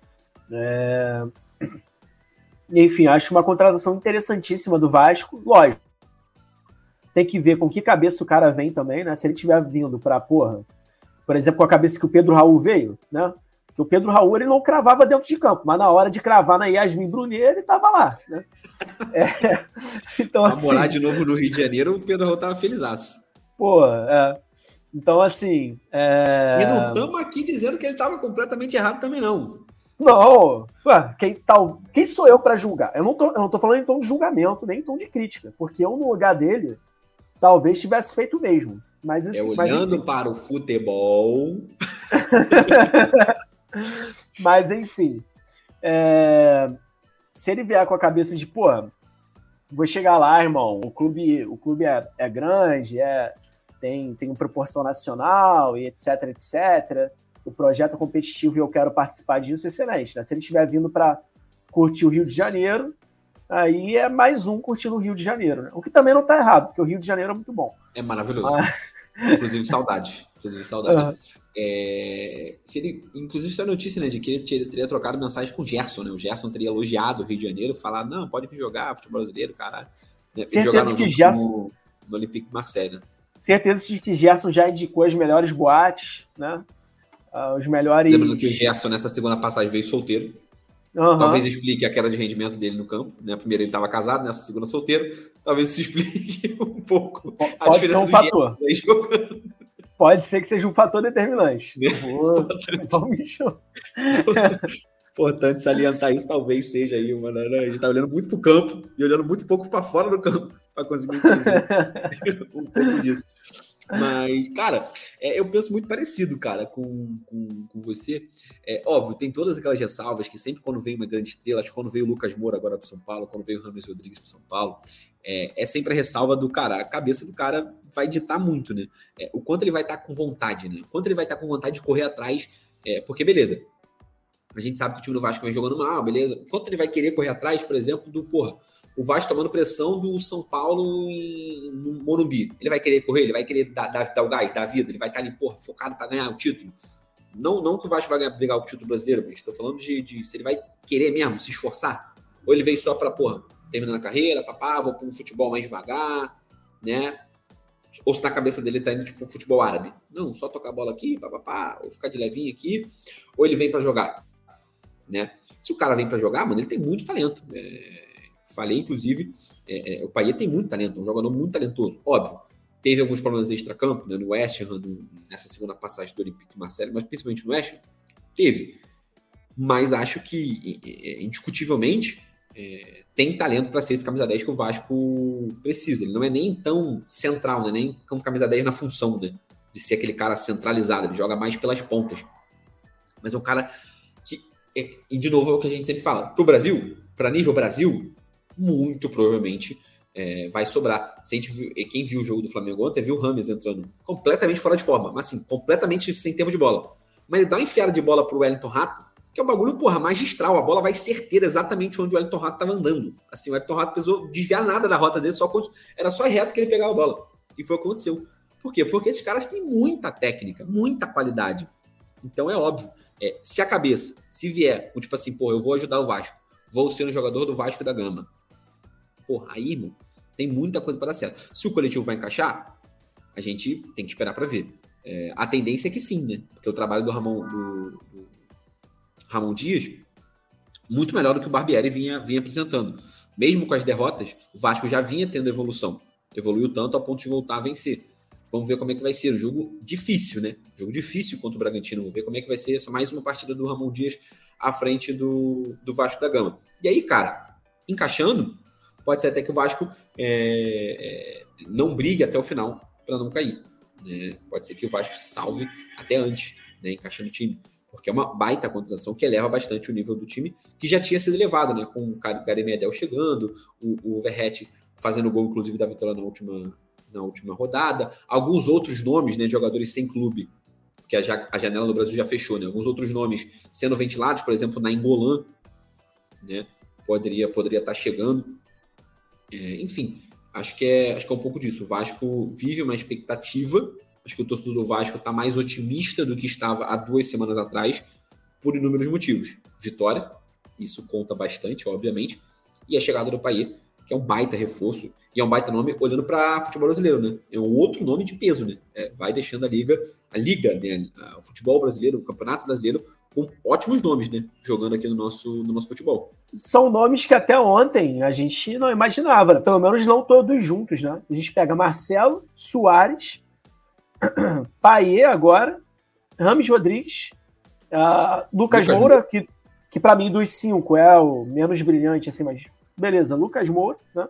Enfim, acho uma contratação interessantíssima do Vasco. Lógico, tem que ver com que cabeça o cara vem também, né? Se ele tiver vindo para, por exemplo, com a cabeça que o Pedro Raul veio, né? Porque o Pedro Raul ele não cravava dentro de campo, mas na hora de cravar na Yasmin Brunet, ele estava lá, né? Então, pra morar de novo no Rio de Janeiro, o Pedro Raul tava felizaço. Então, assim... E não estamos aqui dizendo que ele estava completamente errado também, não. Não. Quem sou eu para julgar? Eu não tô falando em tom de julgamento, nem em tom de crítica, porque eu, no lugar dele, talvez tivesse feito o mesmo. Mas, assim, olhando para o futebol... Mas, enfim, se ele vier com a cabeça de, vou chegar lá, irmão, o clube é grande, tem uma proporção nacional e etc, etc, o projeto é competitivo e eu quero participar disso, excelente, né? Se ele estiver vindo para curtir o Rio de Janeiro, aí é mais um curtindo o Rio de Janeiro, né? O que também não está errado, porque o Rio de Janeiro é muito bom. É maravilhoso. Inclusive, saudade. Uhum. Inclusive, isso é notícia, né, de que ele teria trocado mensagem com o Gerson, né? O Gerson teria elogiado o Rio de Janeiro, falado, não, pode vir jogar futebol brasileiro, caralho. Eles jogaram no Olympique de Marseille, né? Certeza de que Gerson já indicou as melhores boates, né? Os melhores... Lembrando que o Gerson, nessa segunda passagem, veio solteiro. Uhum. Talvez explique a queda de rendimento dele no campo, né? Primeiro ele estava casado, nessa segunda solteiro. Talvez isso explique um pouco a diferença do fator. Gerson. Pode ser que seja um fator determinante. Importante salientar isso, talvez seja aí uma... A gente está olhando muito para o campo e olhando muito pouco para fora do campo para conseguir entender um pouco disso. Mas, cara, eu penso muito parecido, cara, com você. Óbvio, tem todas aquelas ressalvas que sempre quando vem uma grande estrela, acho que quando veio o Lucas Moura agora para São Paulo, quando veio o Rames Rodrigues para São Paulo, é sempre a ressalva do cara. A cabeça do cara vai ditar muito, né? O quanto ele vai estar com vontade, né? O quanto ele vai estar com vontade de correr atrás Porque, beleza, a gente sabe que o time do Vasco vem jogando mal, beleza? Quanto ele vai querer correr atrás, por exemplo, o Vasco tomando pressão do São Paulo no Morumbi. Ele vai querer correr, ele vai querer dar o gás, dar a vida, ele vai estar ali, focado para ganhar o título. Não que o Vasco vai brigar o título brasileiro, mas estou falando de se ele vai querer mesmo se esforçar, ou ele veio só para, terminando a carreira, vou para um futebol mais devagar, né? Ou se na cabeça dele tá indo tipo futebol árabe. Não, só tocar a bola aqui, ou ficar de levinho aqui, ou ele vem para jogar, né? Se o cara vem para jogar, mano, ele tem muito talento. Falei, inclusive, o Payet tem muito talento, é um jogador muito talentoso, óbvio. Teve alguns problemas extra-campo, né, no West Ham, nessa segunda passagem do Olympique de Marseille, mas principalmente no West Ham, teve. Mas acho que, indiscutivelmente, tem talento para ser esse camisa 10 que o Vasco precisa. Ele não é nem tão central, né, nem camisa 10 na função, né, de ser aquele cara centralizado, ele joga mais pelas pontas. Mas é um cara que, e de novo é o que a gente sempre fala, pro Brasil, para nível Brasil, muito provavelmente vai sobrar. Quem viu o jogo do Flamengo ontem viu o Rames entrando completamente fora de forma, mas assim, completamente sem tempo de bola. Mas ele dá uma enfiada de bola pro Wellington Rato, que é um bagulho, magistral. A bola vai certeira exatamente onde o Wellington Rato estava andando. Assim, o Wellington Rato precisou desviar nada da rota dele, era só reto que ele pegava a bola. E foi o que aconteceu. Por quê? Porque esses caras têm muita técnica, muita qualidade. Então é óbvio. Se a cabeça, se vier, tipo assim, eu vou ajudar o Vasco, vou ser um jogador do Vasco da Gama. Aí, irmão, tem muita coisa para dar certo. Se o coletivo vai encaixar, a gente tem que esperar para ver. A tendência é que sim, né? Porque o trabalho do Ramon Dias, muito melhor do que o Barbieri vinha apresentando. Mesmo com as derrotas, o Vasco já vinha tendo evolução. Evoluiu tanto ao ponto de voltar a vencer. Vamos ver como é que vai ser. Um jogo difícil, né? Jogo difícil contra o Bragantino. Vamos ver como é que vai ser mais uma partida do Ramon Dias à frente do Vasco da Gama. E aí, cara, encaixando, pode ser até que o Vasco não brigue até o final para não cair. Né? Pode ser que o Vasco se salve até antes, né? Encaixando o time. Porque é uma baita contratação que eleva bastante o nível do time, que já tinha sido elevado, né? Com o Gary Medel chegando, o Verratti fazendo gol, inclusive, da vitória na última rodada. Alguns outros nomes, né, de jogadores sem clube, porque a janela do Brasil já fechou, né? Alguns outros nomes sendo ventilados, por exemplo, na Nainggolan, né? Poderia estar chegando. Enfim, acho que é um pouco disso. O Vasco vive uma expectativa. Acho que o torcedor do Vasco está mais otimista do que estava há 2 semanas atrás, por inúmeros motivos. Vitória, isso conta bastante, obviamente, e a chegada do Payet, que é um baita reforço, e é um baita nome olhando para futebol brasileiro, né? É um outro nome de peso, né? Vai deixando a liga, né? O futebol brasileiro, o campeonato brasileiro, com ótimos nomes, né? Jogando aqui no nosso futebol. São nomes que até ontem a gente não imaginava, né? Pelo menos não todos juntos, né? A gente pega Marcelo, Soares, Payet agora, Rames Rodrigues, Lucas Moura, que para mim dos 5 é o menos brilhante, assim, mas beleza, Lucas Moura, né?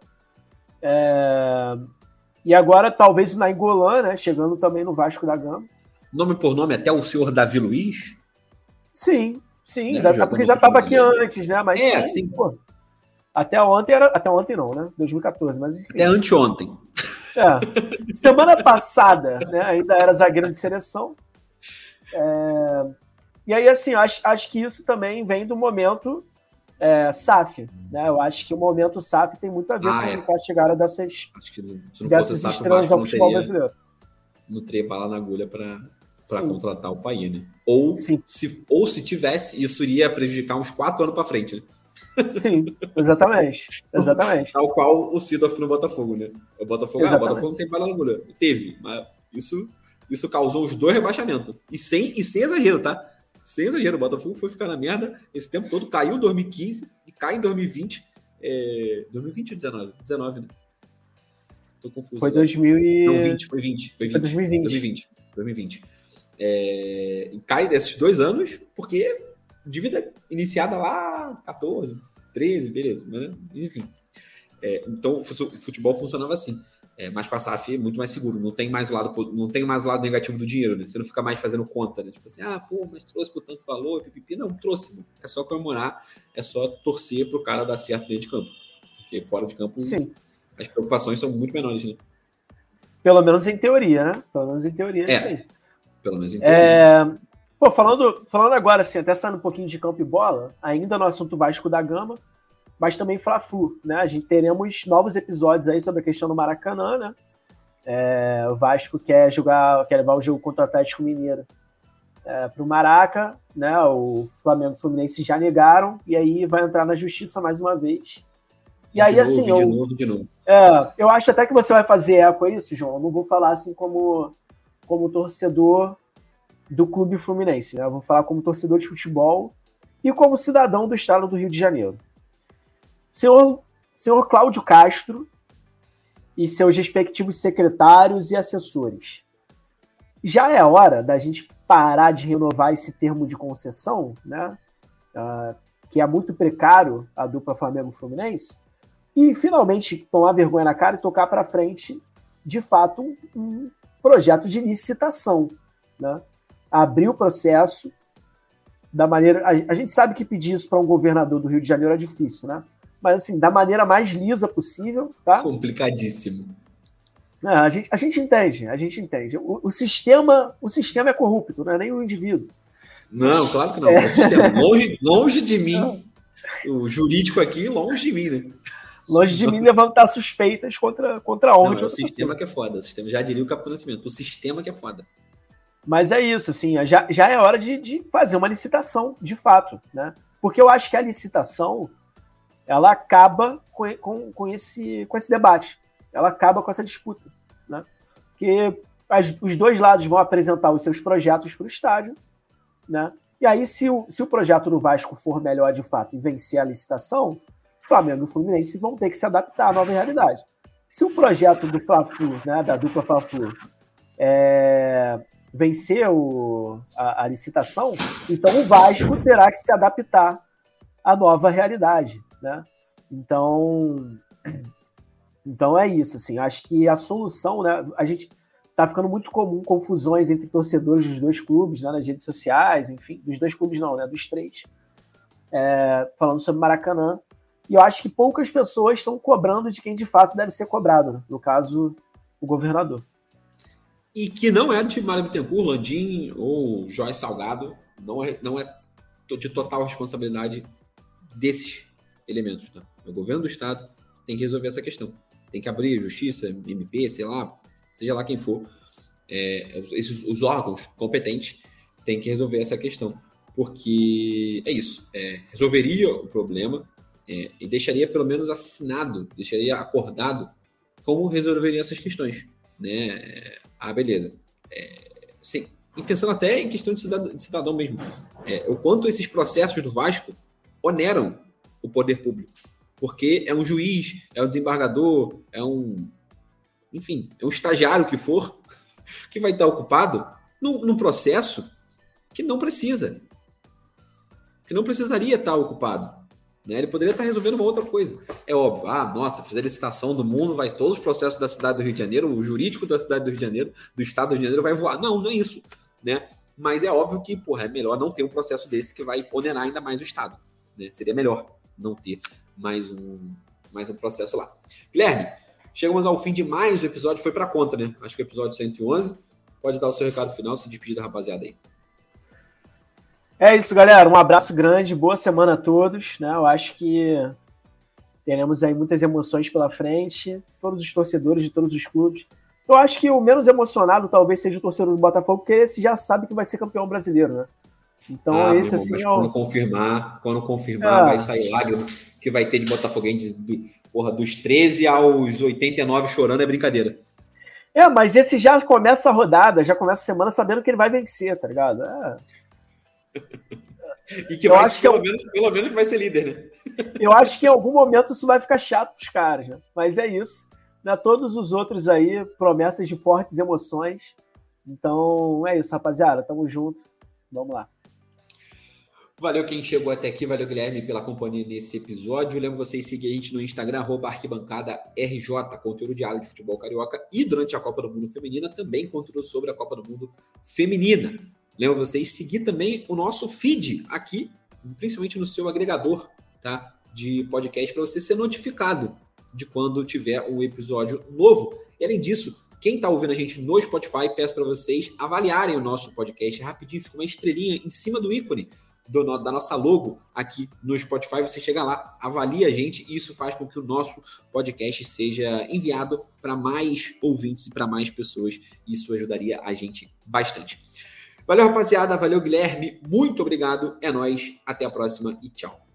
E agora talvez o Nainggolan, né? Chegando também no Vasco da Gama. Nome por nome, até o senhor Davi Luiz? Sim, né? Porque já estava aqui antes, né? Mas sim. Pô, até ontem não, né? 2014, mas enfim. Até anteontem. Semana passada, né, ainda era zagueiro de seleção. E aí, assim, acho que isso também vem do momento SAF. Né? Eu acho que o momento SAF tem muito a ver com a chegada dessas estrelas do futebol brasileiro. Não teria bala na agulha para contratar o Payet, né? Ou se tivesse, isso iria prejudicar uns 4 anos para frente, né? Sim, exatamente. Tal qual o Seedorf no Botafogo, né? O Botafogo não tem bala na agulha. Teve, mas isso causou os 2 rebaixamentos. E sem exagero, tá? Sem exagero, o Botafogo foi ficar na merda esse tempo todo, caiu em 2015 e cai em 2020. 2020 ou 19? 19, né? Tô confuso. Foi 2000 Não, 20, foi 20. Foi 2020. E cai desses 2 anos porque dívida iniciada lá 14, 13, beleza. Mas, enfim. Então, o futebol funcionava assim. Mas com a SAF é muito mais seguro. Não tem mais o lado negativo do dinheiro, né? Você não fica mais fazendo conta, né? Tipo assim, mas trouxe por tanto valor, pipipi. Não, trouxe. Né? É só comemorar, é só torcer pro cara dar certo dentro de campo. Porque fora de campo, sim, as preocupações são muito menores, né? Pelo menos em teoria, né? Pelo menos em teoria, isso aí. Pelo menos em teoria. Pô, falando agora, assim, até saindo um pouquinho de campo e bola, ainda no assunto Vasco da Gama, mas também Fla-Flu, né? A gente teremos novos episódios aí sobre a questão do Maracanã, né? O Vasco quer levar o jogo contra o Atlético Mineiro para o Maraca, né? O Flamengo e o Fluminense já negaram, e aí vai entrar na justiça mais uma vez. E aí, assim, de novo. Eu acho até que você vai fazer eco a isso, João. Eu não vou falar assim como torcedor do Clube Fluminense, né? Eu vou falar como torcedor de futebol e como cidadão do estado do Rio de Janeiro. Senhor Cláudio Castro e seus respectivos secretários e assessores. Já é hora da gente parar de renovar esse termo de concessão, né? Que é muito precário, a dupla Flamengo-Fluminense, e finalmente tomar vergonha na cara e tocar para frente, de fato, um projeto de licitação, né? Abrir o processo da maneira... A gente sabe que pedir isso para um governador do Rio de Janeiro é difícil, né? Mas, assim, da maneira mais lisa possível, tá? Complicadíssimo. A gente entende. O sistema é corrupto, não é nem o indivíduo. Não, claro que não. O sistema, longe de mim, o jurídico aqui, longe de mim, né? Longe de mim levantar suspeitas contra a honra de outra pessoa. O sistema pessoa. que é foda. O sistema, já diria o Capitão Nascimento. O sistema que é foda. Mas é isso, assim, já é hora de fazer uma licitação, de fato, né? Porque eu acho que a licitação, ela acaba com esse debate. Ela acaba com essa disputa, né? Porque os dois lados vão apresentar os seus projetos para o estádio, né? E aí, se o projeto do Vasco for melhor de fato e vencer a licitação, Flamengo e o Fluminense vão ter que se adaptar à nova realidade. Se o projeto do Fla-Flu, né, da dupla Fla-Flu, vencer a licitação, então o Vasco terá que se adaptar à nova realidade, né? Então é isso, assim, acho que a solução, né, a gente tá ficando muito comum confusões entre torcedores dos dois clubes, né, nas redes sociais, enfim, dos dois clubes não, né, dos três, falando sobre Maracanã, e eu acho que poucas pessoas estão cobrando de quem de fato deve ser cobrado, né? No caso, o governador. E que não é de Mário Bittencourt, Landim ou Joyce Salgado, não é de total responsabilidade desses elementos, tá? O governo do estado tem que resolver essa questão. Tem que abrir justiça, MP, sei lá, seja lá quem for, os órgãos competentes têm que resolver essa questão, porque é isso, resolveria o problema e deixaria pelo menos assinado, deixaria acordado como resolveria essas questões, né? Beleza. Sim. E pensando até em questão de cidadão mesmo, o quanto esses processos do Vasco oneram o poder público, porque é um juiz, é um desembargador, enfim, é um estagiário que for, que vai estar ocupado num processo que não precisa, que não precisaria estar ocupado, né? Ele poderia estar resolvendo uma outra coisa. É óbvio, nossa, fizer a licitação do mundo, vai todos os processos da cidade do Rio de Janeiro, o jurídico da cidade do Rio de Janeiro, do estado do Rio de Janeiro vai voar. Não é isso, né? Mas é óbvio que, é melhor não ter um processo desse que vai onerar ainda mais o estado, né? Seria melhor não ter mais um processo lá. Guilherme, chegamos ao fim de mais um episódio, foi para conta, né? Acho que o episódio 111. Pode dar o seu recado final, se despedir da rapaziada aí. É isso, galera. Um abraço grande, boa semana a todos, né? Eu acho que teremos aí muitas emoções pela frente, todos os torcedores de todos os clubes. Eu acho que o menos emocionado talvez seja o torcedor do Botafogo, porque esse já sabe que vai ser campeão brasileiro, né? Então esse assim quando confirmar vai sair lágrima que vai ter de botafoguense dos 13 aos 89 chorando, é brincadeira. Mas esse já começa a rodada, já começa a semana sabendo que ele vai vencer, tá ligado? E que vai, pelo menos que vai ser líder, né? Eu acho que em algum momento isso vai ficar chato pros caras, né? Mas é isso. Né? Todos os outros aí, promessas de fortes emoções. Então é isso, rapaziada. Tamo junto. Vamos lá. Valeu quem chegou até aqui, valeu Guilherme pela companhia nesse episódio. Lembro vocês seguir a gente no Instagram, @arquibancadaRJ, conteúdo diário de futebol carioca, e durante a Copa do Mundo Feminina também conteúdo sobre a Copa do Mundo Feminina. Lembro vocês seguir também o nosso feed aqui, principalmente no seu agregador, tá, de podcast, para você ser notificado de quando tiver um episódio novo. E além disso, Quem está ouvindo a gente no Spotify, peço para vocês avaliarem o nosso podcast rapidinho, fica uma estrelinha em cima do ícone da nossa logo aqui no Spotify. Você chega lá, avalia a gente e isso faz com que o nosso podcast seja enviado para mais ouvintes e para mais pessoas. Isso ajudaria a gente bastante. Valeu, rapaziada. Valeu, Guilherme. Muito obrigado. É nóis. Até a próxima e tchau.